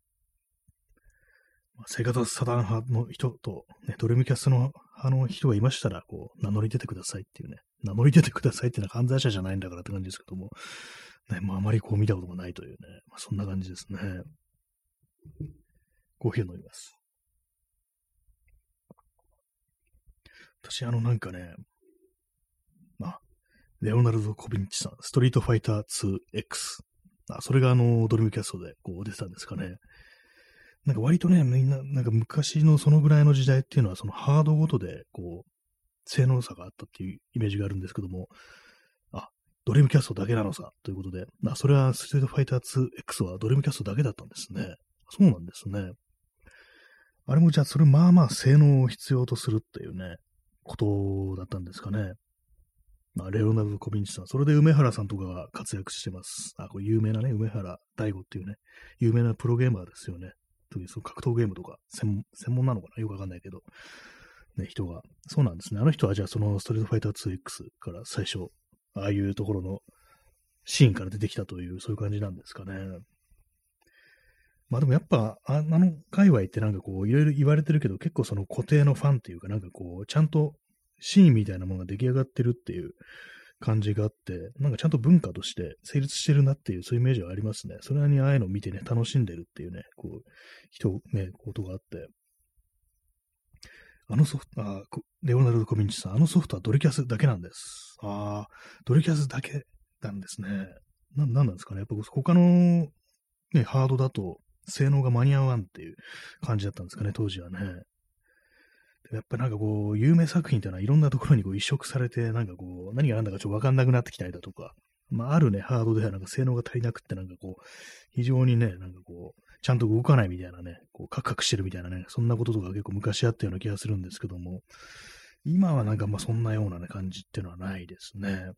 セガとサタン派の人と、ね、ドリームキャストの派の人がいましたら、こう、名乗り出てくださいっていうね。名乗り出てくださいっていうのは犯罪者じゃないんだからって感じですけども、ね、まあ、あまりこう見たことがないというね、まあ、そんな感じですね。コーヒーを飲みます。私、あの、なんかね、まあ、レオナルド・コビンチさん、ストリートファイター ツーエックス。あ、それがあの、ドリームキャストでこう出てたんですかね。なんか割とね、みんな、なんか昔のそのぐらいの時代っていうのは、そのハードごとで、こう、性能差があったっていうイメージがあるんですけども、あ、ドリームキャストだけなのさ、ということで、あ、それはストリートファイター ツーエックス はドリームキャストだけだったんですね。そうなんですね。あれもじゃあ、それまあまあ性能を必要とするっていうね、ことだったんですかね。まあ、レオナルド・コビンチさん。それで梅原さんとかが活躍してます。あ、これ有名なね、梅原大吾っていうね、有名なプロゲーマーですよね。特にその格闘ゲームとか専門、専門なのかなよくわかんないけど、ね、人が。そうなんですね。あの人はじゃあそのストリートファイター ツーエックス から最初、ああいうところのシーンから出てきたという、そういう感じなんですかね。まあでもやっぱ、ああの界隈ってなんかこう、いろいろ言われてるけど、結構その固定のファンっていうか、なんかこう、ちゃんとシーンみたいなものが出来上がってるっていう感じがあって、なんかちゃんと文化として成立してるなっていう、そういうイメージはありますね。それなりにああいうのを見てね、楽しんでるっていうね、こう、人、ね、ことがあって、あのソフト、あ、レオナルド・コミンチさん、あのソフトはドリキャスだけなんです。ああ、ドリキャスだけなんですね。な、なんなんですかね。やっぱ他の、ね、ハードだと性能が間に合わんっていう感じだったんですかね、当時はね。やっぱなんかこう、有名作品っていうのはいろんなところにこう移植されて、なんかこう、何が何だかちょっとわかんなくなってきたりだとか、まあ、あるね、ハードではなんか性能が足りなくって、なんかこう、非常にね、なんかこう、ちゃんと動かないみたいなね、こう、カクカクしてるみたいなね、そんなこととか結構昔あったような気がするんですけども、今はなんかまあそんなような、ね、感じっていうのはないですね。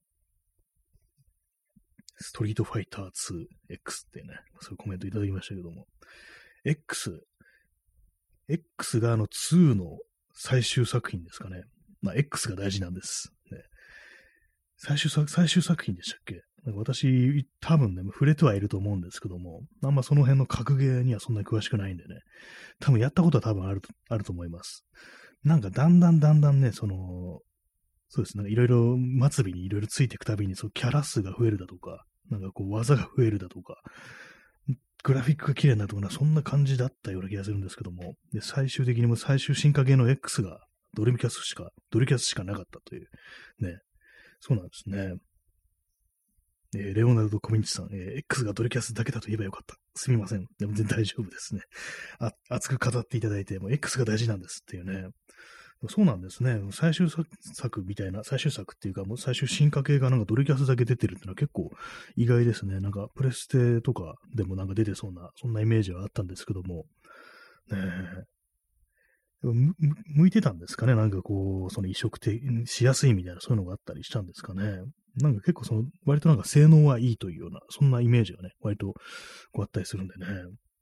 ストリートファイター ツーエックス ってね、そういうコメントいただきましたけども、X、X があのにの最終作品ですかね。まあ、X が大事なんです。ね、最終作、最終作品でしたっけ？なんか私、多分ね、触れてはいると思うんですけども、あんまその辺の格ゲーにはそんなに詳しくないんでね、多分やったことは多分ある、あると思います。なんかだんだんだんだんね、その、そうですね、いろいろ末尾にいろいろついていくたびに、そうキャラ数が増えるだとか、なんかこう技が増えるだとか、グラフィックが綺麗になるとか、そんな感じだったような気がするんですけども、で、最終的にも最終進化系の X がドリームキャスしか、ドリキャスしかなかったという、ね、そうなんですね。えーレオナルド・コミンチさん、えー X がドリキャスだけだと言えばよかった。すみません。でも全然大丈夫ですね。あ熱く語っていただいて、もう X が大事なんですっていうね。そうなんですね。最終作みたいな、最終作っていうか、もう最終進化系がなんかドリキャスだけ出てるっていうのは結構意外ですね。なんかプレステとかでもなんか出てそうな、そんなイメージはあったんですけども、ねえ、む向いてたんですかね。なんかこう、その移植てしやすいみたいな、そういうのがあったりしたんですかね。なんか結構その、割となんか性能はいいというような、そんなイメージがね、割とこうあったりするんでね。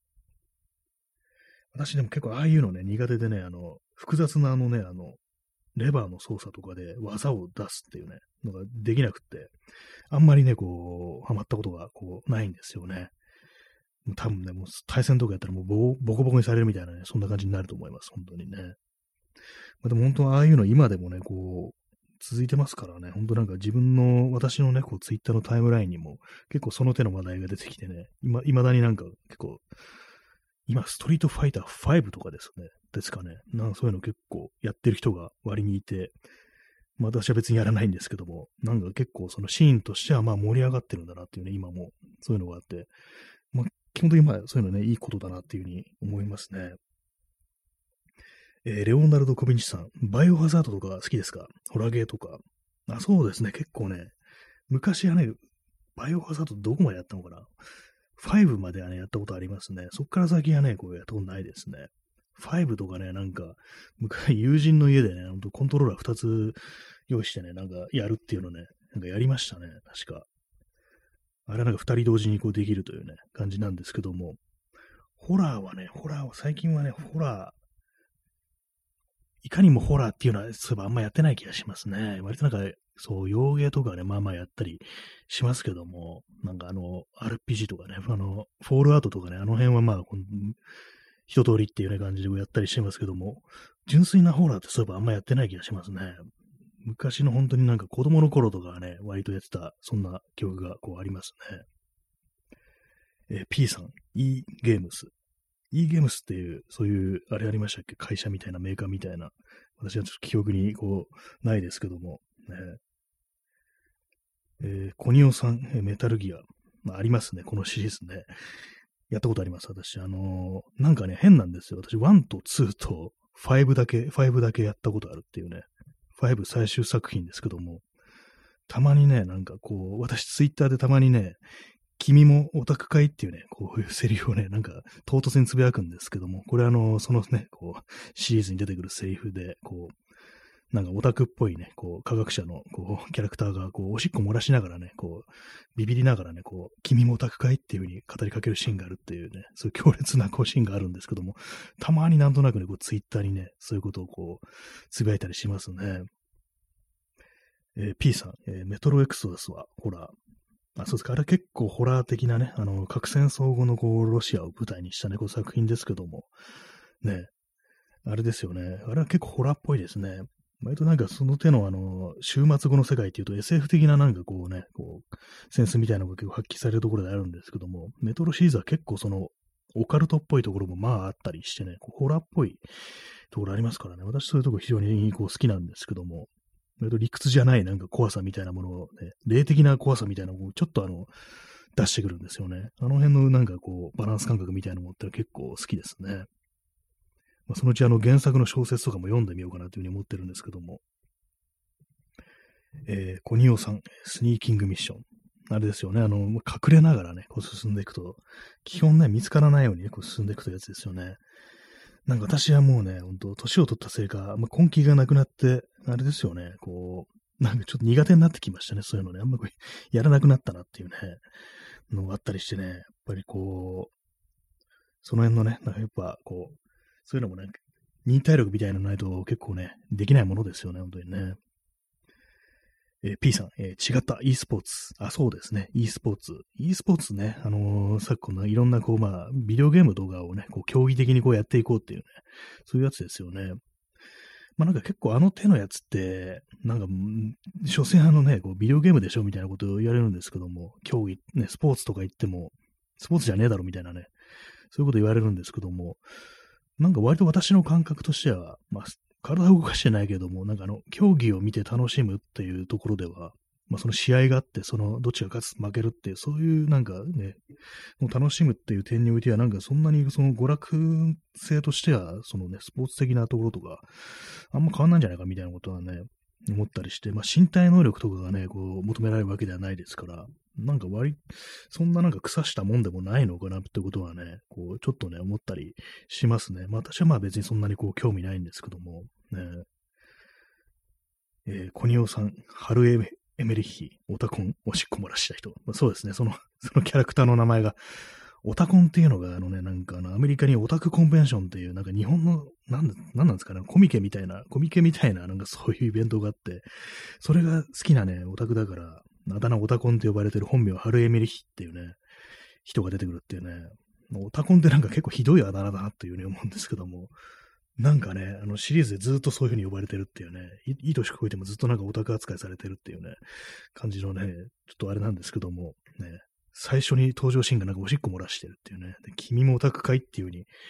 私でも結構ああいうのね、苦手でね、あの、複雑なあのね、あの、レバーの操作とかで技を出すっていうね、のができなくって、あんまりね、こう、ハマったことがこうないんですよね。多分ね、もう対戦とかやったらもうボボコボコにされるみたいなね、そんな感じになると思います、本当にね。まあ、でも本当はああいうの今でもね、こう、続いてますからね、本当なんか自分の、私のね、こう、ツイッターのタイムラインにも結構その手の話題が出てきてね、今、未だになんか結構、今、ストリートファイターファイブとかですね、 ですかね。なんかそういうの結構やってる人が割にいて、まあ私は別にやらないんですけども、なんか結構そのシーンとしてはまあ盛り上がってるんだなっていうね、今もそういうのがあって、まあ基本的にまあそういうのね、いいことだなっていうふうに思いますね。えーレオナルド・コビンチさん、バイオハザードとか好きですか？ホラゲーとか。あ、そうですね、結構ね、昔はね、バイオハザードどこまでやったのかな？ ファイブ まではね、やったことありますね。そっから先はね、こうやったことないですね。ファイブとかね、なんか、昔友人の家でね、ほんとコントローラーふたつ用意してね、なんかやるっていうのね、なんかやりましたね、確か。あれはなんかふたり同時にこうできるというね、感じなんですけども、ホラーはね、ホラーは、最近はね、ホラー、いかにもホラーっていうのは、そういえばあんまやってない気がしますね。割となんか、そう、洋芸とかね、まあまあやったりしますけども、なんかあの、アールピージー とかね、あの、フォールアウトとかね、あの辺はまあ、この一通りっていうね、感じでやったりしてますけども、純粋なホラーってそういえばあんまやってない気がしますね。昔の本当になんか子供の頃とかはね、割とやってた、そんな記憶がこうありますね。えー P さん、E ゲームス。E ゲームスっていう、そういう、あれありましたっけ？会社みたいな、メーカーみたいな。私はちょっと記憶にこう、ないですけども。ねえー、コニオさん、えーメタルギア。まあ、ありますね、このシリーズね。やったことあります、私。あのーなんかね、変なんですよ。私、ワンとツーとファイブだけ、ファイブだけやったことあるっていうね。ファイブ最終作品ですけども、たまにね、なんかこう、私ツイッターでたまにね、君もオタク会っていうね、こういうセリフをね、なんか唐突につぶやくんですけども、これあの、そのね、こう、シリーズに出てくるセリフで、こう、なんかオタクっぽいね、こう、科学者の、こう、キャラクターが、こう、おしっこ漏らしながらね、こう、ビビりながらね、こう、君もオタク会っていう風に語りかけるシーンがあるっていうね、そういう強烈なこうシーンがあるんですけども、たまになんとなくね、こう、ツイッターにね、そういうことをこう、つぶやいたりしますね。えー P さん、えーメトロエクソダスは、ホラー。あ、そうですか。あれ結構ホラー的なね、あの、核戦争後のこう、ロシアを舞台にしたね、こう作品ですけども、ね、あれですよね。あれは結構ホラーっぽいですね。割となんかその手のあの、終末後の世界っていうと エスエフ 的ななんかこうね、こう、センスみたいなのが結構発揮されるところであるんですけども、メトロシリーズは結構その、オカルトっぽいところもまああったりしてね、こうホラーっぽいところありますからね。私そういうところ非常にこう好きなんですけども、割と理屈じゃないなんか怖さみたいなものをね、霊的な怖さみたいなのをちょっとあの、出してくるんですよね。あの辺のなんかこう、バランス感覚みたいなものって結構好きですね。まあ、そのうちあの原作の小説とかも読んでみようかなというふうに思ってるんですけども。えー、コニオさん、スニーキングミッション。あれですよね、あの、隠れながらね、こう進んでいくと、基本ね、見つからないようにね、こう進んでいくというやつですよね。なんか私はもうね、ほんと、年を取ったせいか、まあ、根気がなくなって、あれですよね、こう、なんかちょっと苦手になってきましたね、そういうのね。あんまこうやらなくなったなっていうね、のがあったりしてね、やっぱりこう、その辺のね、なんかやっぱこう、そういうのもね、忍耐力みたいなのないと結構ね、できないものですよね、本当にね。えー P さん、えー違った e スポーツ。あ、そうですね。e スポーツ。e スポーツね、あのー昨今のいろんなこう、まあ、ビデオゲーム動画をね、こう、競技的にこうやっていこうっていうね、そういうやつですよね。まあなんか結構あの手のやつって、なんか、ん所詮あのね、こうビデオゲームでしょみたいなことを言われるんですけども、競技、ね、スポーツとか言っても、スポーツじゃねえだろみたいなね、そういうこと言われるんですけども、なんか割と私の感覚としては、まあ、体を動かしてないけども、なんかあの、競技を見て楽しむっていうところでは、まあその試合があって、そのどっちが勝つ、負けるっていう、そういうなんかね、もう楽しむっていう点においては、なんかそんなにその娯楽性としては、そのね、スポーツ的なところとか、あんま変わんないんじゃないかみたいなことはね、思ったりして、まあ身体能力とかがね、こう求められるわけではないですから、なんか割、そんななんか腐したもんでもないのかなってことはね、こうちょっとね、思ったりしますね。まあ私はまあ別にそんなにこう興味ないんですけども、ね、えー、コニオさん、ハルエメエメリッヒ、オタコン、おしっこ漏らした人。まあ、そうですね、その、そのキャラクターの名前が、オタコンっていうのが、あのね、なんかあの、アメリカにオタクコンベンションっていう、なんか日本の、なんだ、なんなんですかね、コミケみたいな、コミケみたいな、なんかそういうイベントがあって、それが好きなね、オタクだから、あだ名オタコンって呼ばれてる本名、ハルエメリッヒっていうね、人が出てくるっていうね、オタコンってなんか結構ひどいあだ名だなっていうふうに思うんですけども、なんかね、あのシリーズでずっとそういう風に呼ばれてるっていうね、いいい年こいてもずっとなんかオタク扱いされてるっていうね、感じのね、ちょっとあれなんですけども、ね、最初に登場シーンがなんかおしっこ漏らしてるっていうね、で君もオタクかいっていう風に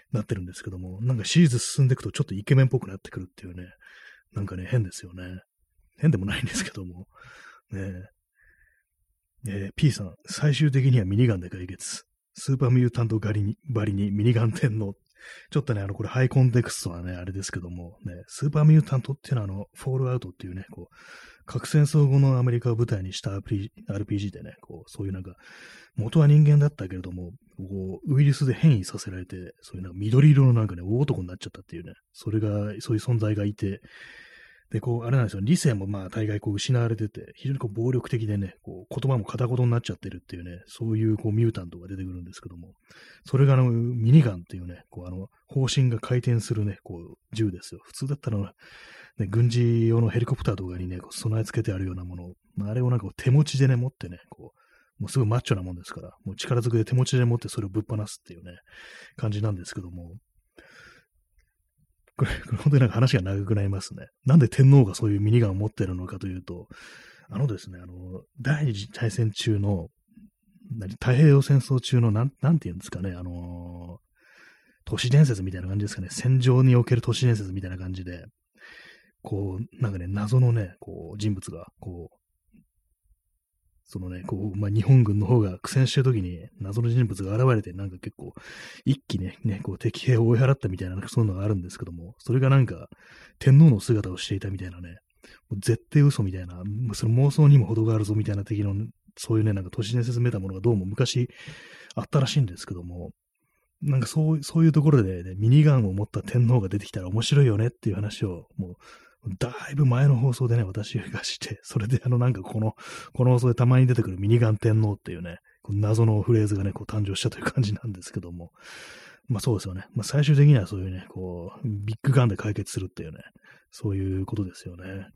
なってるんですけども、なんかシリーズ進んでいくとちょっとイケメンっぽくなってくるっていうね、なんかね、変ですよね。変でもないんですけども、ねえー、P さん、最終的にはミニガンで解決。スーパーミュータント狩りに、バリにミニガン天皇。ちょっとね、あの、これハイコンテクストはね、あれですけども、ね、スーパーミュータントっていうのはあの、フォールアウトっていうね、こう、核戦争後のアメリカを舞台にした アールピージー でね、こう、そういうなんか、元は人間だったけれども、こう、ウイルスで変異させられて、そういうなんか緑色のなんかね、大男になっちゃったっていうね、それが、そういう存在がいて、で、こう、あれなんですよ、理性もまあ大概こう失われてて、非常にこう暴力的でね、こう言葉も片言になっちゃってるっていうね、そういうこうミュータントが出てくるんですけども、それがあのミニガンっていうね、こうあの方針が回転するね、こう銃ですよ。普通だったら、ね、軍事用のヘリコプターとかにね、こう備え付けてあるようなものを、まあ、あれをなんか手持ちでね、持ってね、こう、もうすごいマッチョなもんですから、もう力ずくで手持ちで持ってそれをぶっ放すっていうね、感じなんですけども、これ、これ本当になんか話が長くなりますね。なんで天皇がそういうミニガンを持ってるのかというと、あのですね、あの、第二次大戦中の、何太平洋戦争中の、なん、なんて言うんですかね、あの都市伝説みたいな感じですかね、戦場における都市伝説みたいな感じで、こう、なんかね、謎のね、こう、人物が、こう、そのね、こう、まあ、日本軍の方が苦戦してる時に謎の人物が現れて、なんか結構、一気ね、ね、こう敵兵を追い払ったみたいな、そういうのがあるんですけども、それがなんか、天皇の姿をしていたみたいなね、もう絶対嘘みたいな、その妄想にも程があるぞみたいな的の、そういうね、なんか都市伝説めたものがどうも昔あったらしいんですけども、なんかそう、そういうところで、ね、ミニガンを持った天皇が出てきたら面白いよねっていう話を、もう、だいぶ前の放送でね、私がして、それであのなんかこの、この放送でたまに出てくるミニガン天皇っていうね、こう謎のフレーズがね、こう誕生したという感じなんですけども、まあそうですよね。まあ最終的にはそういうね、こう、ビッグガンで解決するっていうね、そういうことですよね。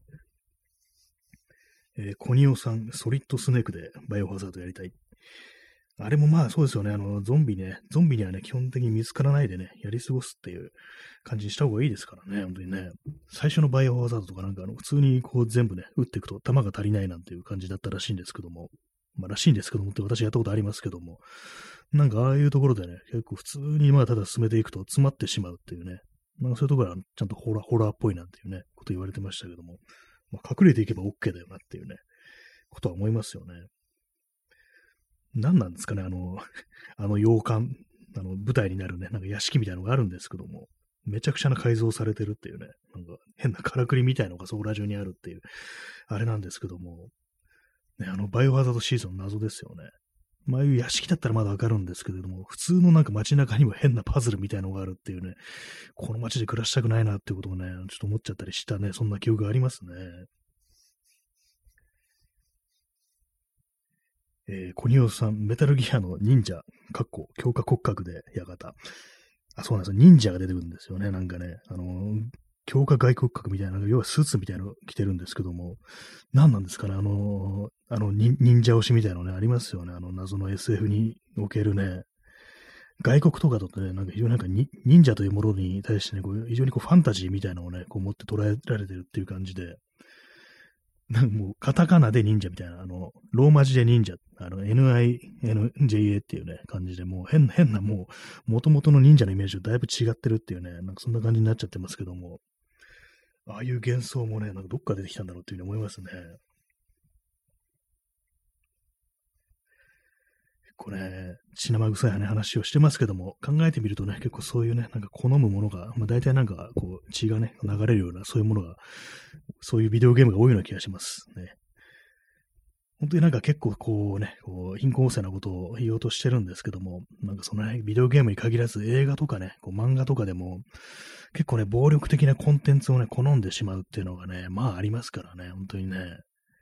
えー、コニオさん、ソリッドスネークでバイオハザードやりたい。あれもまあそうですよね。あの、ゾンビね、ゾンビにはね、基本的に見つからないでね、やり過ごすっていう感じにした方がいいですからね、本当にね。最初のバイオハザードとかなんかあの、普通にこう全部ね、撃っていくと弾が足りないなんていう感じだったらしいんですけども、まあらしいんですけどもって私やったことありますけども、なんかああいうところでね、結構普通にまあただ進めていくと詰まってしまうっていうね、なんかそういうところはちゃんとホラー、ホラーっぽいなんていうね、こと言われてましたけども、まあ、隠れていけば OK だよなっていうね、ことは思いますよね。何なんですかね、あの、あの洋館、あの舞台になるね、なんか屋敷みたいなのがあるんですけども、めちゃくちゃな改造されてるっていうね、なんか変なからくりみたいなのがそこら中にあるっていう、あれなんですけども、ね、あのバイオハザードシーズンの謎ですよね。まああいう屋敷だったらまだわかるんですけれども、普通のなんか街中にも変なパズルみたいなのがあるっていうね、この街で暮らしたくないなっていうことをね、ちょっと思っちゃったりしたね、そんな記憶がありますね。えー、コニオさん、メタルギアの忍者、かっこ、強化骨格で館。あ、そうなんですよ。忍者が出てくるんですよね。なんかね、あのー、強化外骨格みたいな、要はスーツみたいなの着てるんですけども、何なんですかね、あのー、あの、忍者推しみたいなのね、ありますよね。あの、謎の エスエフ におけるね、外国とかだとね、なんか非常になんか忍者というものに対してね、こう非常にこうファンタジーみたいなのをね、こう持って捉えられてるっていう感じで、なんかもう、カタカナで忍者みたいな、あの、ローマ字で忍者、あの、エヌアイエヌジェイエー っていうね、感じで、もう変、変な、もう、元々の忍者のイメージとだいぶ違ってるっていうね、なんかそんな感じになっちゃってますけども、ああいう幻想もね、なんかどっから出てきたんだろうっていうふうに思いますね。これ、血生臭い話をしてますけども、考えてみるとね、結構そういうね、なんか好むものが、まあ、大体なんかこう血がね、流れるような、そういうものが、そういうビデオゲームが多いような気がしますね。本当になんか結構こうね、こう貧困汚染なことを言おうとしてるんですけども、なんかそのね、ビデオゲームに限らず映画とかね、こう漫画とかでも、結構ね、暴力的なコンテンツをね、好んでしまうっていうのがね、まあありますからね、本当にね。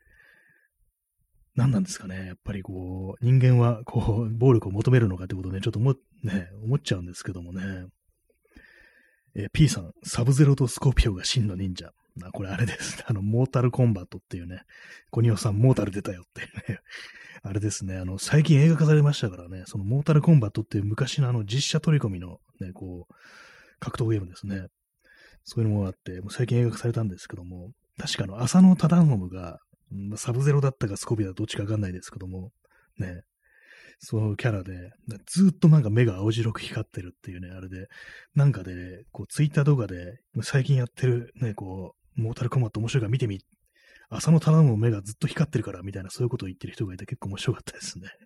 何なんですかね。やっぱりこう、人間はこう、暴力を求めるのかってことをね、ちょっと思,、ね、思っちゃうんですけどもね。えー P さん、サブゼロとスコーピオが真の忍者。あ、これあれです。あの、モータルコンバットっていうね、コニオさん、モータル出たよっていうね。あれですね、あの、最近映画化されましたからね、そのモータルコンバットっていう昔のあの、実写取り込みのね、こう、格闘ゲームですね。そういうのもあって、もう最近映画化されたんですけども、確かあの、浅野忠信が、うんサブゼロだったかスコーピオだったかどっちかわかんないですけども、ね、 そのキャラで、ずーっとなんか目が青白く光ってるっていうね、あれで、なんかで、こう、ツイッター動画で、最近やってるね、こう、モータルコンバット面白いから見てみ、浅野忠信の目がずっと光ってるから、みたいな、そういうことを言ってる人がいて結構面白かったですね。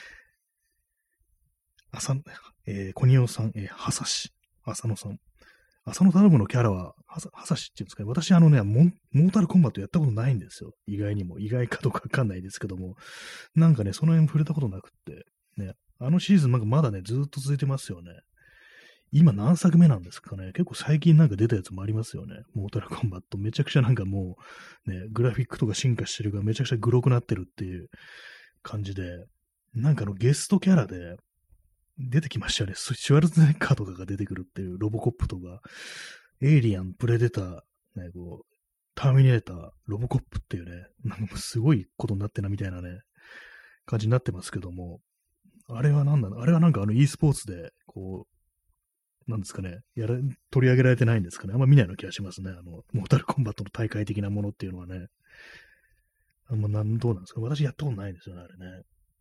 浅、えー、小仁尾さん、えー、はさし、浅野さん。浅野忠信のキャラは、はさ、はさしっていうんですかね。私、あのね、モン、モータルコンバットやったことないんですよ。意外にも。意外かどうかわかんないですけども。なんかね、その辺触れたことなくって。ね。あのシーズンなんかまだね、ずーっと続いてますよね。今何作目なんですかね。結構最近なんか出たやつもありますよね。モータルコンバット。めちゃくちゃなんかもう、ね、グラフィックとか進化してるからめちゃくちゃグロくなってるっていう感じで、なんかあのゲストキャラで出てきましたよね。シュワルツェネッカーとかが出てくるっていうロボコップとか、エイリアン、プレデター、ね、こう、ターミネーター、ロボコップっていうね、なんかすごいことになってなみたいなね、感じになってますけども、あれは何なのあれはなんかあの e スポーツで、こう、なんですかね、やら、取り上げられてないんですかね。あんま見ないような気がしますね。あの、モータルコンバットの大会的なものっていうのはね。あんまなん、どうなんですか私やったことないんですよね、あれね。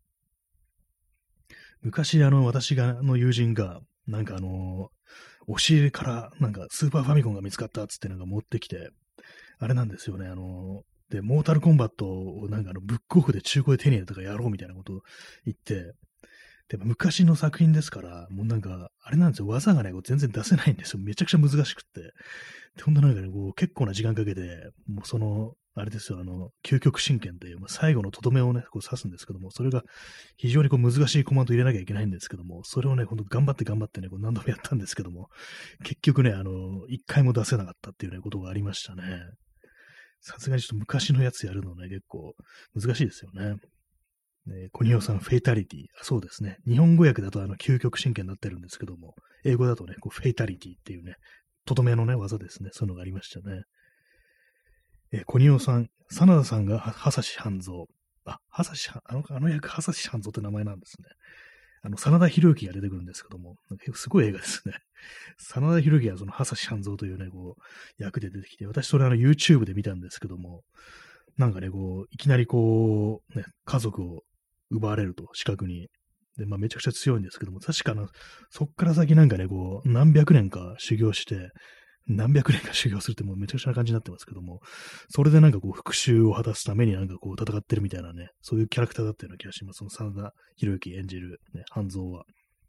昔、あの、私が、の友人が、なんかあの、押し入れからなんかスーパーファミコンが見つかったっつってなんか持ってきて、あれなんですよね、あの、で、モータルコンバットをなんかあのブックオフで中古で手に入れたからやろうみたいなことを言って、で、昔の作品ですから、もうなんか、あれなんですよ、技がね、こう全然出せないんですよ。めちゃくちゃ難しくって。で、ほんとなんかね、こう結構な時間かけて、もうその、あれですよ、あの、究極神剣という、まあ、最後のとどめをね、こう刺すんですけども、それが非常にこう難しいコマンド入れなきゃいけないんですけども、それをね、ほんと頑張って頑張ってね、こう何度もやったんですけども、結局ね、あの、一回も出せなかったっていうね、ことがありましたね。さすがにちょっと昔のやつやるのね、結構難しいですよね。ね、コニオさん、フェイタリティ。そうですね。日本語訳だとあの究極神剣になってるんですけども、英語だとね、こうフェイタリティっていうね、とどめのね、技ですね。そういうのがありましたね。えー、コニオさん、真田さんがはさし半蔵。あ、はさし、あの、あの役、はさし半蔵って名前なんですね。あの、真田広之が出てくるんですけども、すごい映画ですね。真田広之はその、はさし半蔵というね、こう、役で出てきて、私それあの、YouTube で見たんですけども、なんかね、こう、いきなりこう、ね、家族を奪われると、視覚に。で、まあ、めちゃくちゃ強いんですけども、確かな、そっから先なんかね、こう、何百年か修行して、何百年か修行するってもうめちゃくちゃな感じになってますけども、それでなんかこう、復讐を果たすためになんかこう、戦ってるみたいなね、そういうキャラクターだったような気がします。その真田広之演じる、ね、半蔵は。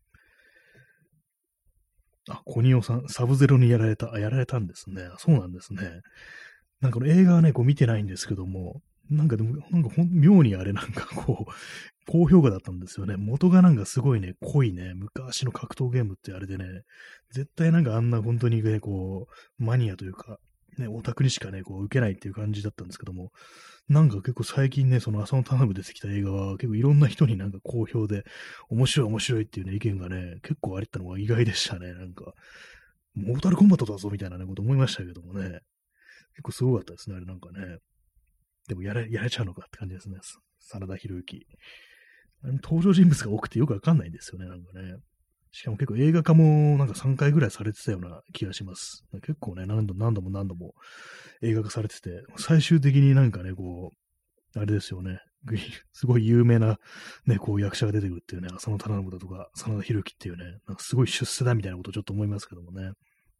あ、コニオさん、サブゼロにやられた。あ、やられたんですね。そうなんですね。なんかこの映画はね、こう見てないんですけども、なんかでも、なんかほん、妙にあれなんかこう、高評価だったんですよね。元がなんかすごいね、濃いね、昔の格闘ゲームってあれでね、絶対なんかあんな本当にね、こう、マニアというか、ね、オタクにしかね、こう、受けないっていう感じだったんですけども、なんか結構最近ね、その浅野忠信出てきた映画は結構いろんな人になんか好評で、面白い面白いっていうね、意見がね、結構ありったのが意外でしたね、なんか。モータルコンバットだぞみたいなね、こと思いましたけどもね。結構すごかったですね、あれなんかね。でもやれ、やれちゃうのかって感じですね。真田広之。あの登場人物が多くてよくわかんないんですよね、なんかね。しかも結構映画化もなんかさんかいぐらいされてたような気がします。結構ね、何度何度も何度も映画化されてて、最終的になんかね、こう、あれですよね。すごい有名なね、こう役者が出てくるっていうね、浅野忠信だとか、真田広之っていうね、なんかすごい出世だみたいなことをちょっと思いますけどもね。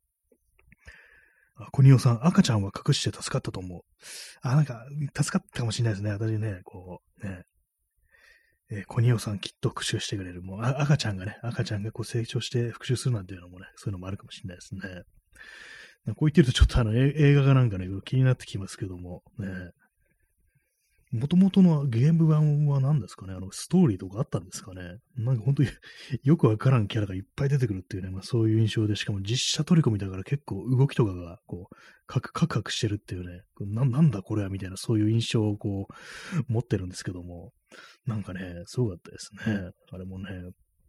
あ、コニオさん、赤ちゃんは隠して助かったと思う。あ、なんか、助かったかもしれないですね。私ね、こう、ね、えー、コニオさんきっと復讐してくれる。もうあ、赤ちゃんがね、赤ちゃんがこう成長して復讐するなんていうのもね、そういうのもあるかもしれないですね。こう言ってるとちょっとあの、映画がなんかね、気になってきますけども、ね、もともとのゲーム版は何ですかね、あの、ストーリーとかあったんですかね。なんか本当によくわからんキャラがいっぱい出てくるっていうね、まあそういう印象で、しかも実写取り込みだから結構動きとかが、こう、カクカクカクしてるっていうね、な、なんだこれはみたいなそういう印象をこう、持ってるんですけども、なんかね、すごかったですね。あれもね、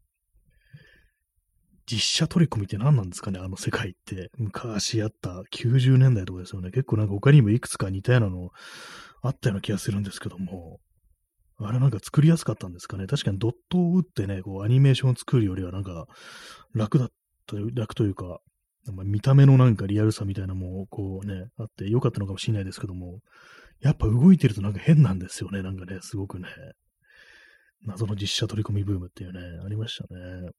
実写取り込みって何なんですかね、あの世界って。昔あったきゅうじゅうねんだいとかですよね。結構なんか他にもいくつか似たようなのあったような気がするんですけども、あれなんか作りやすかったんですかね。確かにドットを打ってね、こうアニメーションを作るよりはなんか楽だった、楽というか、見た目のなんかリアルさみたいなのもこうね、あって良かったのかもしれないですけども、やっぱ動いてるとなんか変なんですよね、なんかね、すごくね。 謎の実写取り込みブームっていうね、ありましたね。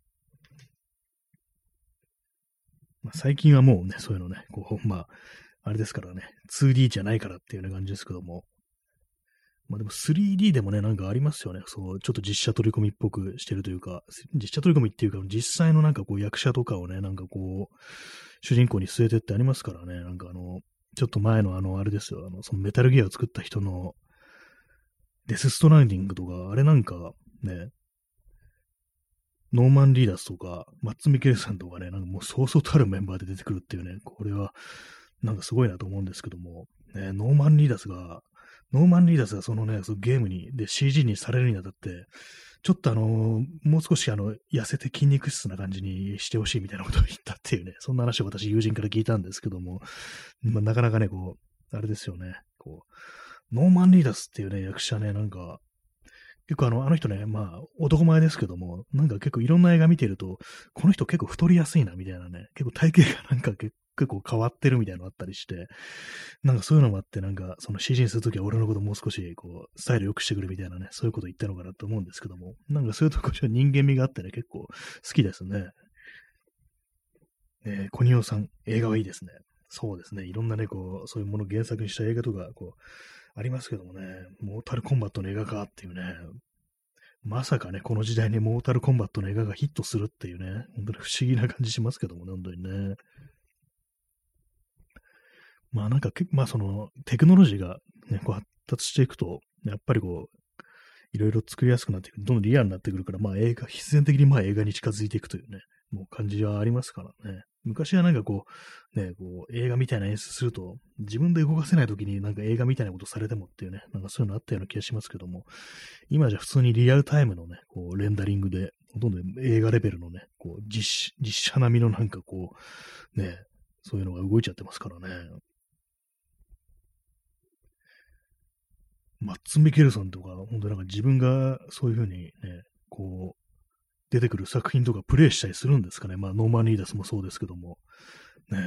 まあ、最近はもうね、そういうのね、こう、まあ、あれですからね、ツーディー じゃないからっていうような感じですけども、まあでも スリーディー でもね、なんかありますよね。そう、ちょっと実写取り込みっぽくしてるというか、実写取り込みっていうか、実際のなんかこう役者とかをね、なんかこう、主人公に据えてってありますからね、なんかあの、ちょっと前のあの、あれですよ、あの、そのメタルギアを作った人のデスストランディングとか、あれなんかね、ノーマン・リーダースとか、マッツ・ミケルさんとかね、なんかもうそうそうたるメンバーで出てくるっていうね、これは、なんかすごいなと思うんですけども、ね、ノーマン・リーダースが、ノーマン・リーダースがそのね、そのゲームに、で シージー にされるにあたって、ちょっとあのーもう少しあの、痩せて筋肉質な感じにしてほしいみたいなことを言ったっていうね、そんな話を私友人から聞いたんですけども、まあ、なかなかね、こう、あれですよね、こう、ノーマン・リーダースっていうね、役者ね、なんか、結構あの、あの人ね、まあ、男前ですけども、なんか結構いろんな映画見てると、この人結構太りやすいな、みたいなね、結構体型がなんか結構変わってるみたいなのあったりして、なんかそういうのもあって、なんかその シージー にするときは俺のこともう少しこう、スタイル良くしてくれみたいなね、そういうこと言ったのかなと思うんですけども、なんかそういうところ人間味があってね、結構好きですね。えー、コニオさん、映画はいいですね。そうですね。いろんなね、こう、そういうものを原作にした映画とか、こう、ありますけどもね、モータルコンバットの映画かっていうね、まさかね、この時代にモータルコンバットの映画がヒットするっていうね、本当に不思議な感じしますけどもね、本当にね。まあなんかけ、まあその、テクノロジーが、ね、こう発達していくと、やっぱりこう、いろいろ作りやすくなっていく、どんどんリアルになってくるから、まあ映画、必然的にまあ映画に近づいていくというね、もう感じはありますからね。昔はなんかこう、ね、こう映画みたいな演出すると、自分で動かせない時になんか映画みたいなことされてもっていうね、なんかそういうのあったような気がしますけども、今じゃ普通にリアルタイムのね、こうレンダリングで、ほとんど映画レベルのね、こう実、実写並みのなんかこう、ね、そういうのが動いちゃってますからね。マッツ・ミケルソンとか、本当なんか自分がそういうふうにね、こう、出てくる作品とかプレイしたりするんですかね。まあ、ノーマン・リーダースもそうですけども。ね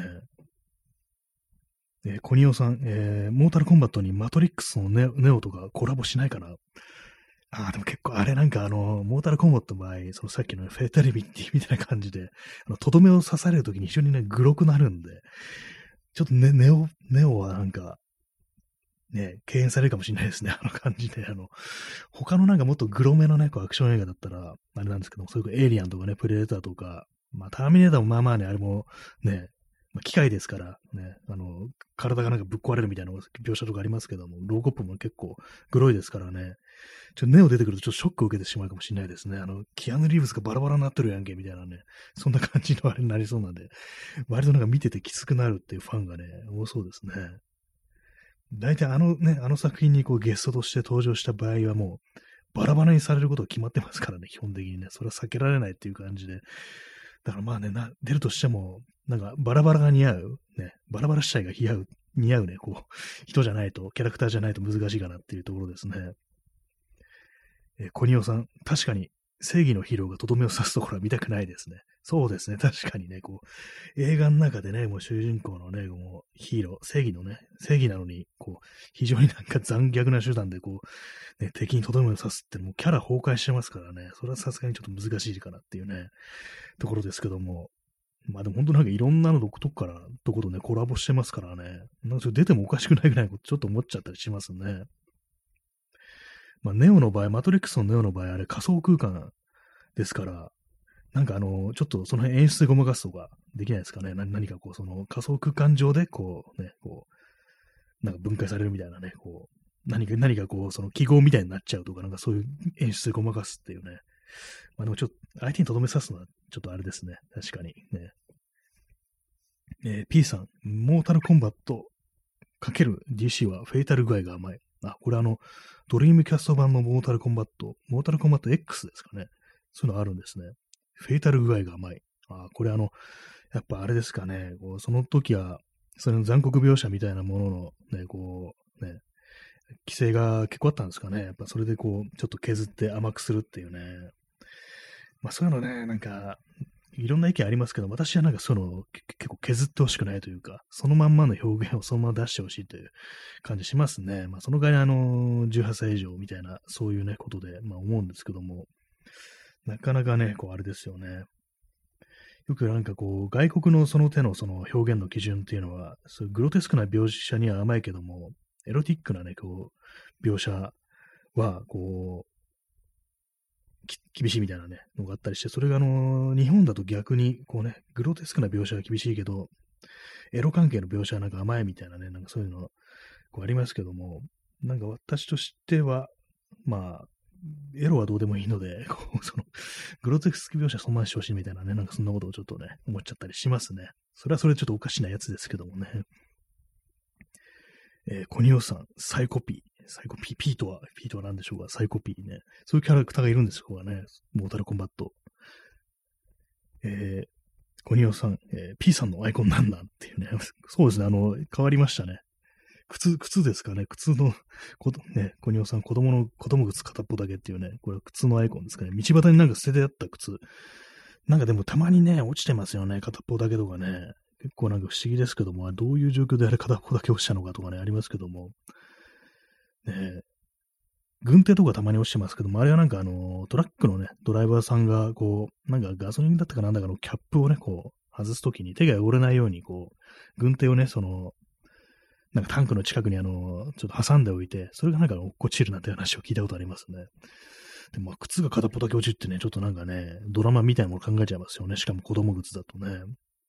え。えーコニオさん、えーモータルコンバットにマトリックスのネネオとかコラボしないかな。ああ、でも結構あれなんかあの、モータルコンバットの場合、そのさっきのフェイタリビティみたいな感じで、あの、とどめを刺されるときに非常にね、グロくなるんで、ちょっとね、ネオ、ネオはなんか、ね、敬遠されるかもしれないですね。あの感じで。あの、他のなんかもっとグロめのね、こうアクション映画だったら、あれなんですけども、そういうエイリアンとかね、プレデターとか、まあ、ターミネーターもまあまあね、あれもね、まあ、機械ですから、ね、あの、体がなんかぶっ壊れるみたいな描写とかありますけども、ローコップも結構グロいですからね、ちょっとネオ出てくるとちょっとショックを受けてしまうかもしれないですね。あの、キアヌ・リーブスがバラバラになってるやんけ、みたいなね、そんな感じのあれになりそうなんで、割となんか見ててきつくなるっていうファンがね、多そうですね。大体あのね、あの作品にこうゲストとして登場した場合はもう、バラバラにされることが決まってますからね、基本的にね。それは避けられないっていう感じで。だからまあね、な出るとしても、なんかバラバラが似合う、ね、バラバラ主体が似合う、似合うね、こう、人じゃないと、キャラクターじゃないと難しいかなっていうところですね。えー、コニオさん、確かに正義のヒーローがとどめを刺すところは見たくないですね。そうですね、確かにね、こう、映画の中でね、もう主人公のね、もうヒーロー、正義のね、正義なのに、こう、非常になんか残虐な手段で、こう、ね、敵にとどめを刺すって、もうキャラ崩壊してますからね、それはさすがにちょっと難しいかなっていうね、ところですけども、まあでも本当なんかいろんなの独特からとことね、コラボしてますからね、なんかそれ出てもおかしくないぐらいのことちょっと思っちゃったりしますね。まあ、ネオの場合、マトリックスのネオの場合、あれ仮想空間ですから、なんかあの、ちょっとその辺演出でごまかすとかできないですかね。何何かこう、その仮想空間上で、こうね、こう、なんか分解されるみたいなね、こう、何か、何かこう、その記号みたいになっちゃうとか、なんかそういう演出でごまかすっていうね。まあでもちょっと、相手にとどめ刺すのはちょっとあれですね。確かにね。えー P さん、モータルコンバット×ディーシー はフェイタル具合が甘い。あ、これあの、ドリームキャスト版のモータルコンバット、モータルコンバット X ですかね。そういうのあるんですね。フェイタル具合が甘い。あ、これあの、やっぱあれですかね。こうその時は、その残酷描写みたいなものの、ね、こう、ね、規制が結構あったんですかね。やっぱそれでこう、ちょっと削って甘くするっていうね。まあそういうのね、なんか、 いろんな意見ありますけど、私はなんかその、結構削ってほしくないというか、そのまんまの表現をそのまま出してほしいという感じしますね。まあ、そのぐらいあの、じゅうはっさい以上みたいな、そういうね、ことで、まあ思うんですけども、なかなかね、こう、あれですよね。よくなんかこう、外国のその手のその表現の基準っていうのは、そういうグロテスクな描写には甘いけども、エロティックなね、こう、描写は、こう、厳しいみたいなね、のがあったりして、それがあのー日本だと逆に、こうね、グロテスクな描写は厳しいけど、エロ関係の描写はなんか甘いみたいなね、なんかそういうの、こうありますけども、なんか私としては、まあ、エロはどうでもいいので、こう、その、グロテスク描写そんなにしてほしいみたいなね、なんかそんなことをちょっとね、思っちゃったりしますね。それはそれでちょっとおかしなやつですけどもね。えー、コニオさん、サイコピー。サイコピー、P とは、P とは何でしょうか、サイコピーね。そういうキャラクターがいるんですよ、ね。モータルコンバット。えー、コニオさん、えー、P さんのアイコンなんだっていうね。そうですね、あの、変わりましたね。靴、靴ですかね。靴の、こね、コニオさん、子供の、子供靴片っぽだけっていうね、これは靴のアイコンですかね。道端になんか捨ててあった靴。なんかでもたまにね、落ちてますよね。片っぽだけとかね。結構なんか不思議ですけども、どういう状況であれ片っぽだけ落ちたのかとかね、ありますけども。ね、軍手とかたまに落ちてますけども、あれはなんかあの、トラックのね、ドライバーさんが、こう、なんかガソリンだったかなんだかのキャップをね、こう、外すときに手が汚れないように、こう、軍手をね、その、なんかタンクの近くにあの、ちょっと挟んでおいて、それがなんか落っこちるなんて話を聞いたことありますね。でも、靴が片っぽだけ落ちるってね、ちょっとなんかね、ドラマみたいなもの考えちゃいますよね。しかも子供靴だとね。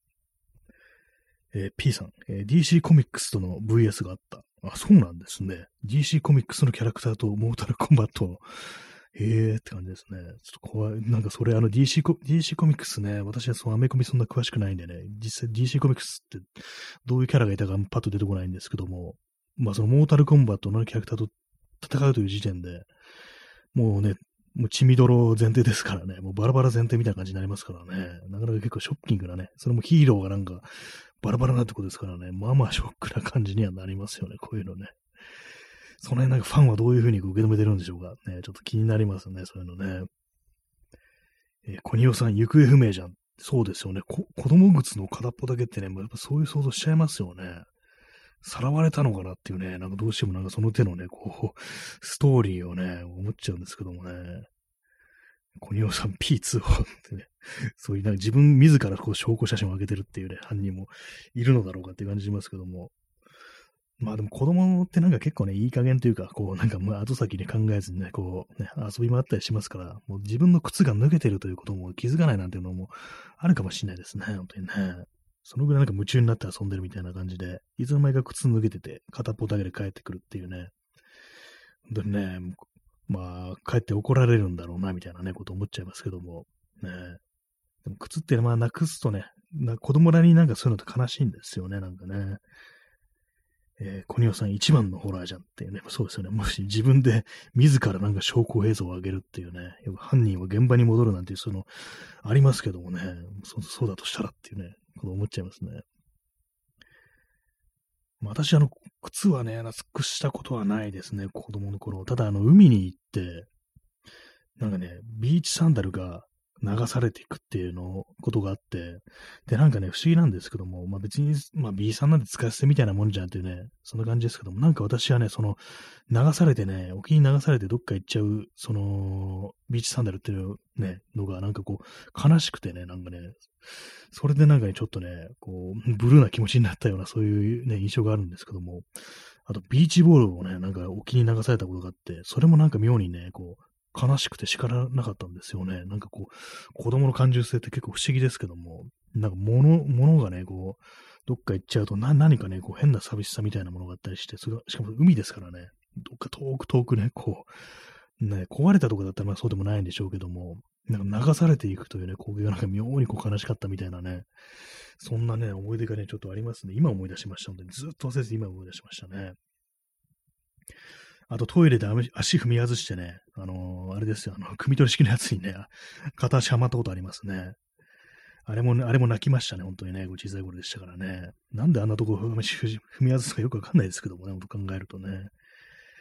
えー P さん、えー ディーシー コミックスとの ブイエス があった。あ、そうなんですね。ディーシー コミックスのキャラクターとモータルコンバットの、へーって感じですね。ちょっと怖い。なんかそれ、あの ディーシー コ、ディーシー コミックスね、私はそのアメコミそんな詳しくないんでね、実際 ディーシー コミックスってどういうキャラがいたかパッと出てこないんですけども、まあそのモータルコンバットのキャラクターと戦うという時点で、もうね、もう血みどろ前提ですからね、もうバラバラ前提みたいな感じになりますからね、なかなか結構ショッキングなね、それもヒーローがなんかバラバラなってことですからね、まあまあショックな感じにはなりますよね、こういうのね。その辺なんかファンはどういうふうに受け止めてるんでしょうかね、ちょっと気になりますね、そういうのね。えー、コニオさん、行方不明じゃん。そうですよね。こ子供靴の片っぽだけってね、もうやっぱそういう想像しちゃいますよね。さらわれたのかなっていうね、なんかどうしてもなんかその手のね、こう、ストーリーをね、思っちゃうんですけどもね。コニオさん ピーツー をってね、そういうなんか自分自らこう証拠写真を上げてるっていうね、犯人もいるのだろうかっていう感じしますけども。まあでも子供ってなんか結構ね、いい加減というか、こうなんかもう後先に考えずにね、こうね、遊び回ったりしますから、もう自分の靴が脱げてるということも気づかないなんていうのもあるかもしれないですね、本当にね。そのぐらいなんか夢中になって遊んでるみたいな感じで、いつの間にか靴脱げてて、片っぽだけで帰ってくるっていうね。本当にね、まあ、帰って怒られるんだろうな、みたいなね、こと思っちゃいますけども。ね。でも靴ってまあなくすとね、な子供らになんかそういうのって悲しいんですよね、なんかね。えー、コニオさん一番のホラーじゃんっていうね、そうですよね。もし自分で自らなんか証拠映像を上げるっていうね、よく犯人は現場に戻るなんていう、その、ありますけどもね、そそうだとしたらっていうね、こと思っちゃいますね。まあ、私、あの、靴はね、なくしたことはないですね、子供の頃。ただ、あの、海に行って、なんかね、ビーチサンダルが流されていくっていうの、ことがあって、で、なんかね、不思議なんですけども、まあ別に、まあ B さんなんで使い捨てみたいなもんじゃんってね、そんな感じですけども、なんか私はね、その、流されてね、沖に流されてどっか行っちゃう、その、ビーチサンダルっていうね、のが、なんかこう、悲しくてね、なんかね、それでなんかね、ちょっとね、こう、ブルーな気持ちになったような、そういうね、印象があるんですけども、あと、ビーチボールをね、なんか沖に流されたことがあって、それもなんか妙にね、こう、悲しくて叱らなかったんですよね。なんかこう、子供の感受性って結構不思議ですけども、なんか物、物がね、こう、どっか行っちゃうと、な、何かね、こう変な寂しさみたいなものがあったりして、それが、しかも海ですからね、どっか遠く遠くね、こう、ね、壊れたとこだったらまあそうでもないんでしょうけども、なんか流されていくというね、光景がなんか妙にこう悲しかったみたいなね、そんなね、思い出がね、ちょっとありますね。今思い出しました。本当にずっと忘れて今思い出しましたね。あとトイレで足踏み外してね、あのーあれですよ、あの、汲み取り式のやつにね、片足はまったことありますね。あれもね、あれも泣きましたね、本当にね、ご小さい頃でしたからね。なんであんなとこ踏み踏み外すかよくわかんないですけどもね、本当考えるとね。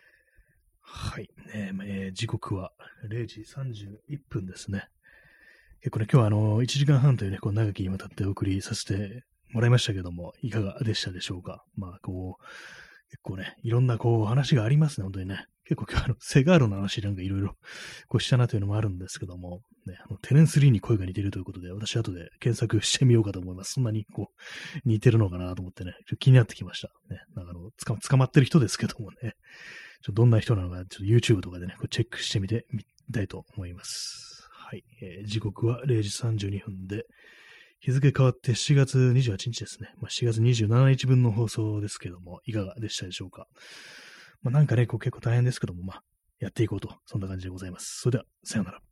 はい。ねえー時刻はれいじさんじゅういっぷんですね。 結構ね、今日はあの、いちじかんはんというね、こう長きにわたってお送りさせてもらいましたけども、いかがでしたでしょうか。まあ、こう、結構ね、いろんなこう話がありますね、本当にね。結構今日あの、セガールの話なんかいろいろこうしたなというのもあるんですけども、ね、あのテネンスリーに声が似てるということで、私後で検索してみようかと思います。そんなにこう、似てるのかなと思ってね、ちょっと気になってきました。ね、なんかあの、つか捕まってる人ですけどもね、ちょっとどんな人なのか、ちょっと YouTube とかでね、こうチェックしてみてみたいと思います。はい、えー時刻はれいじさんじゅうにふんで、日付変わってしがつにじゅうはちにちですね。まあ、しがつにじゅうしちにちぶんの放送ですけども、いかがでしたでしょうか。まあ、なんかね、こう結構大変ですけども、まあ、やっていこうと、そんな感じでございます。それでは、さようなら。